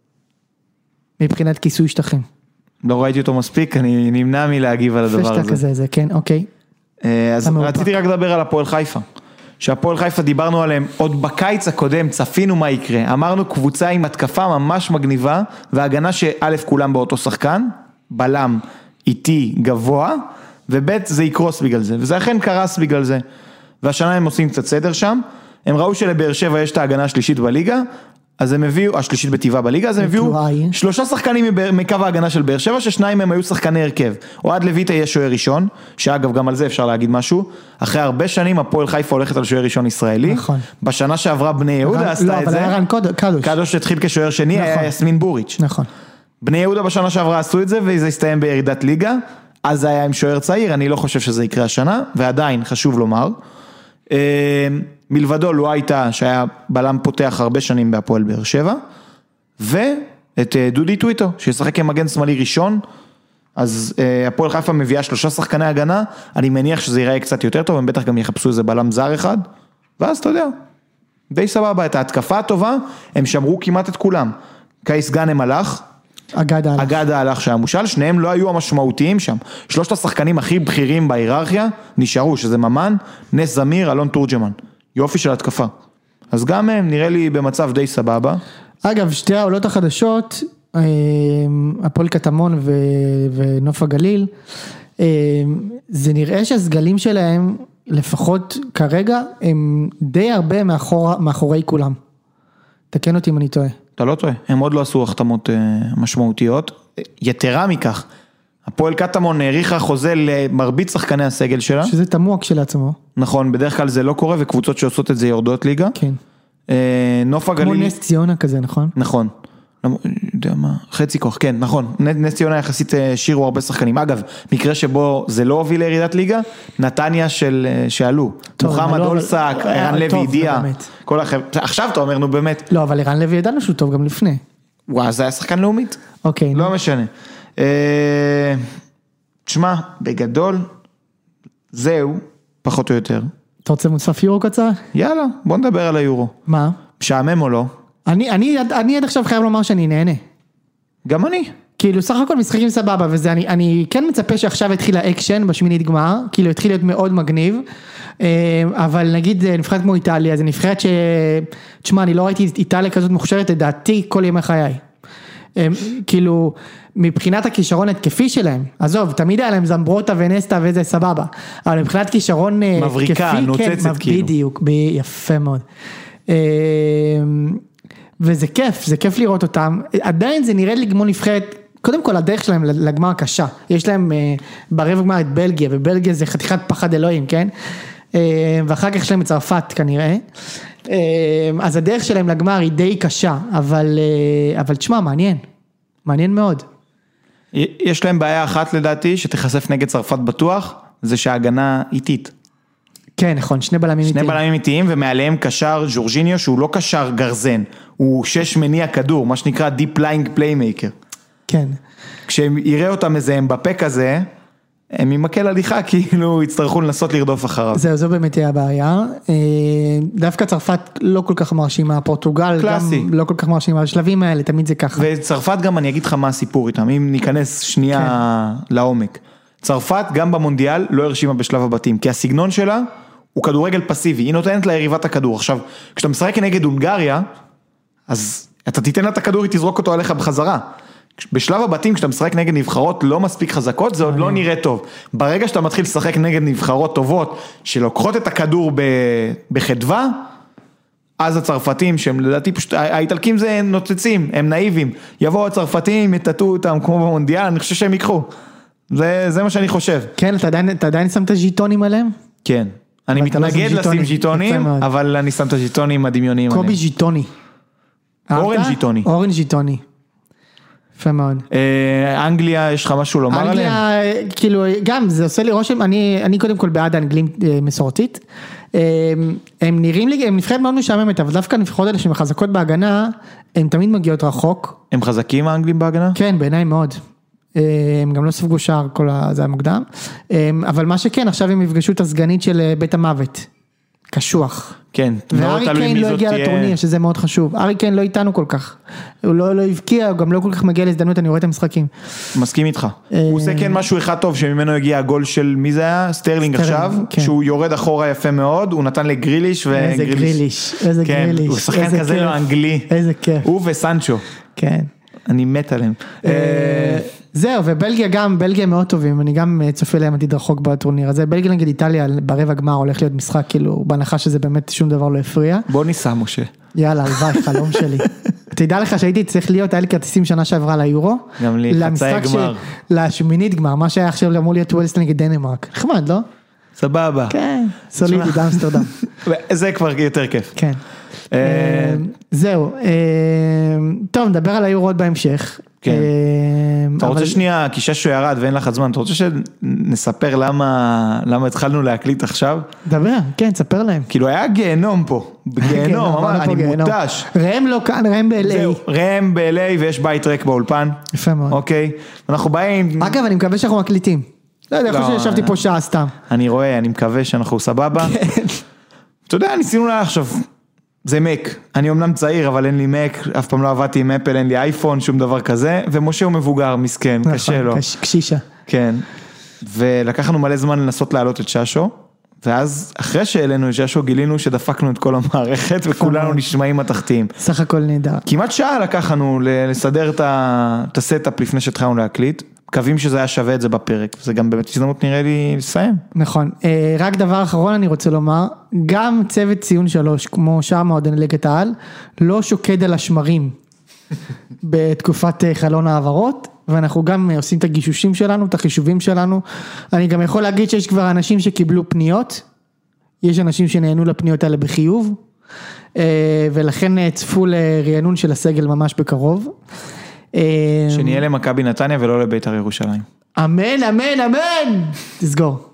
מבחינת כיסוי שטחים. לא ראיתי אותו מספיק, אני נמנע מלהגיב על הדבר הזה. פשטה כזה, זה כן, אוקיי. אז רציתי רק לדבר על הפועל חיפה. שהפועל חיפה דיברנו עליהם, עוד בקיץ הקודם צפינו מה יקרה. אמרנו קבוצה עם התקפה ממש מגניבה, והגנה שא' כולם באותו שחקן, בלם איטי גבוה, וב' זה יקרוס בגלל זה, וזה אכן קרס בגלל זה. והשנה הם עושים קצת סדר שם, הם ראו שלבאר שבע יש את ההגנה השלישית בליגה, אז הם הביאו, השלישית בטבעה בליגה, אז הם הביאו 3 שחקנים מקו ההגנה של באר שבע, ששניים הם היו שחקני הרכב. אוהד לויטה יהיה שוער ראשון, שאגב גם על זה אפשר להגיד משהו, אחרי הרבה שנים הפועל חיפה הולכת על שוער ראשון ישראלי, נכון. בשנה שעברה בני יהודה עשתה את זה, לא, אבל היה קדוש התחיל כשוער שני, היה יסמין בוריץ'. נכון. בני יהודה בשנה שעברה עשו את זה, וזה הסתיים בירידת ליגה, אז זה היה עם שוער צעיר, אני לא חושב שזה יקרה השנה, ועדיין חשוב לומר. מלבדו לא הייתה שהיה בלם פותח הרבה שנים בהפועל באר שבע, ואת דודי טוויטו, שישחק עם מגן שמאלי ראשון, אז הפועל חיפה מביאה 3 שחקני הגנה, אני מניח שזה ייראה קצת יותר טוב, הם בטח גם יחפשו איזה בלם זר אחד, ואז אתה יודע, די סבבה, את ההתקפה הטובה, הם שמרו כמעט את כולם, קייס גאנם הלך, אגדה הלך שהיה מושל, שניהם לא היו המשמעותיים שם, 3 השחקנים הכי בכירים בהיררכיה, נשארו, שזה ממן, נס זמיר, אלון תורג'מן, יופי של התקפה, אז גם הם נראה לי במצב די סבבה. אגב, שתי העולות החדשות, הפועל קטמון ונוף הגליל, זה נראה שהסגלים שלהם, לפחות כרגע, הם די הרבה מאחורי כולם. תקן אותי אם אני טועה. אתה לא טועה, הם עוד לא עשו החתמות משמעותיות, יתרה מכך, הפועל קטמון העריכה חוזה למרבית שחקני הסגל שלה. שזה תמוה כשלעצמו. נכון, בדרך כלל זה לא קורה, וקבוצות שעושות את זה יורדות ליגה. כן. נוף הגליל. כמו נס ציונה כזה, נכון? נכון. יודע מה, חצי כוח, כן, נכון. נס ציונה יחסית שירו הרבה שחקנים. אגב, מקרה שבו זה לא הוביל לירידת ליגה, נתניה שעלו. מוחמד אולסק, ערן לוי הדיע. עכשיו אתה אומר, נו באמת. לא, אבל ערן לוי ידענו שהוא טוב גם לפני. וואו, זה היה שחקן לאומית. אוקיי. לא משנה. תשמע, בגדול, זהו, פחות או יותר. אתה רוצה מוצף יורו קצר? יאללה, בוא נדבר על היורו. מה? משעמם או לא? אני עד עכשיו חייב לומר שאני נהנה. גם אני. כאילו סך הכל משחקים סבבה, וזה אני כן מצפה שעכשיו התחיל האקשן בשמינית גמר, כאילו התחיל להיות מאוד מגניב, אבל נגיד נבחרת כמו איטליה, זה נבחרת תשמע, אני לא ראיתי איטליה כזאת מוכשרת, לדעתי כל ימי חיי. כאילו, מבחינת הכישרון התקפי שלהם, עזוב, תמיד היה להם זמברוטה ונסטה וזה סבבה, אבל מבחינת כישרון מבריקה, נוצצת כאילו. בדיוק, יפה מאוד. וזה כיף, זה כיף לראות אותם, עדיין זה נראה לי כמו נבחרת, קודם כל הדרך שלהם לגמר קשה, יש להם ברבע גמר את בלגיה, ובלגיה זה חתיכת פחד אלוהים, כן? ואחר כך יש להם את צרפת כנראה, אז הדרך שלהם לגמר היא די קשה, אבל תשמע, מעניין מאוד. יש להם בעיה אחת לדעתי, שתחשף נגד צרפת בטוח, זה שההגנה איטית. כן, נכון, 2 בלמים איטיים. 2 בלמים איטיים, ומעליהם קשר ז'ורג'יניו, שהוא לא קשר גרזן, הוא 6 מניע כדור, מה שנקרא Deep Lying Playmaker. כן. כשהם יראה אותם איזה אמבפה כזה, הם ממקל הליכה, כאילו יצטרכו לנסות לרדוף אחריו. זו באמת תהיה הבעיה. דווקא צרפת לא כל כך מרשימה, פורטוגל קלאסי. גם לא כל כך מרשימה, השלבים האלה תמיד זה ככה. וצרפת גם, אני אגיד לך מה הסיפור איתם, אם ניכנס שנייה לעומק. צרפת גם במונדיאל לא הרשימה בשלב הבתים, כי הסגנון שלה הוא כדורגל פסיבי, היא נותנת לה יריבת הכדור. עכשיו, כשאתה משחק נגד הונגריה, אז אתה תיתן לה את הכדור, היא תזרוק אותו עליך בחזרה. בשלב הבתים, כשאתה משחק נגד נבחרות לא מספיק חזקות, זה עוד לא נראה טוב. ברגע שאתה מתחיל לשחק נגד נבחרות טובות, שלוקחות את הכדור בחדווה, אז הצרפתים, שהם לדעתי פשוט, האיטלקים זה נוצצים, הם נאיבים. יבואו הצרפתים, יטטו אותם כמו במונדיאל, אני חושב שהם יקחו. זה מה שאני חושב. כן, אתה עדיין שם את הז'יטונים עליהם? כן. אני מתנגד לשים ז'יטונים, אבל אני שם את הז'יטונים הדמיוניים. קובי ז'יטוני. אורן ז'יטוני. אורן ז'יטוני. יפה מאוד. אנגליה, יש לך משהו לומר עליהם? אנגליה, כאילו, גם, זה עושה לי רושם, אני קודם כל בעד האנגלים מסורתית, הם נראים לי, הם נבחרת מאוד משעממת, אבל דווקא הנבחרות האלה שהן חזקות בהגנה, הן תמיד מגיעות רחוק. הם חזקים האנגלים בהגנה? כן, בעיניי מאוד. הם גם לא ספגו שער, זה היה מוקדם, אבל מה שכן, עכשיו הם יפגשו את הסגנית של בית המוות, קשוח. כן, וארי קיין לא הגיע לטורניר, שזה מאוד חשוב. ארי קיין לא איתנו כל כך. הוא לא הבקיע, הוא גם לא כל כך מגיע להזדמנות, אני רואה את המשחקים. מסכים איתך. הוא עושה כן משהו אחד טוב, שממנו הגיע הגול של מי זה היה? סטרלינג עכשיו, שהוא יורד אחורה יפה מאוד, הוא נתן לגריליש, איזה גריליש, איזה גריליש. הוא שחקן כזה לא אנגלי. איזה כיף. הוא וסנצ'ו. כן. אני מת עליהם. זהו, ובלגיה גם, בלגיה מאוד טובים, אני גם צופה להם עתיד רחוק בטורניר הזה, בלגיה נגד איטליה ברבע גמר הולך להיות משחק, כאילו, בהנחה שזה באמת שום דבר לא הפריע. בוא ניסע, משה. יאללה, הלוואי, חלום שלי. תדע לך שהייתי צריך להיות, היה לי כרטיסים שנה שעברה ליורו. גם לי, חצאי גמר. לשמינית גמר, מה שהיה עכשיו אמור להיות ווילס נגד דנמרק. נחמד, לא? סבבה. כן, סולידי, באמסטרדם. זה כבר יותר כיף. כן. זהו, טוב, נדבר על היורו עוד בהמשך. כן. אתה רוצה שנייה, כי ששו ירד ואין לך זמן, אתה רוצה שנספר למה התחלנו להקליט עכשיו? דבר, כן, תספר להם. כאילו היה גיהנום פה, גיהנום, אני מותש. ראם לא כאן, ראם ב-LA. זהו, ראם ב-LA ויש בית ריק באולפן. יפה מאוד. אוקיי, אנחנו באים... אגב, אני מקווה שאנחנו מקליטים. לא יודע, אני חושב שישבתי פה שעה סתם. אני רואה, אני מקווה שאנחנו סבבה. אתה יודע, ניסינו לה עכשיו... זה מק, אני אמנם צעיר, אבל אין לי מק, אף פעם לא עבדתי עם אפל, אין לי אייפון, שום דבר כזה, ומשה הוא מבוגר, מסכן, קשה לו. קשישה. כן, ולקחנו מלא זמן לנסות להעלות את ששו, ואז אחרי שהעלינו את ששו, גילינו שדפקנו את כל המערכת, וכולנו נשמעים התחתיים. סך הכל נהדר. כמעט שעה לקחנו לסדר את הסטאפ לפני שהתחלנו להקליט, מקווים שזה היה שווה את זה בפרק, זה גם באמת הזדמנות נראה לי לסיים. נכון, רק דבר אחרון אני רוצה לומר, גם צוות ציון 3, כמו שאר מועדוני ליגת העל, לא שוקד על השמרים בתקופת חלון העברות, ואנחנו גם עושים את הגישושים שלנו, את החישובים שלנו, אני גם יכול להגיד שיש כבר אנשים שקיבלו פניות, יש אנשים שנהנו לפניות האלה בחיוב, ולכן צפו לרענון של הסגל ממש בקרוב, שנהיה למכבי נתניה ולא לבית"ר ירושלים. אמן, אמן, אמן! תסגור.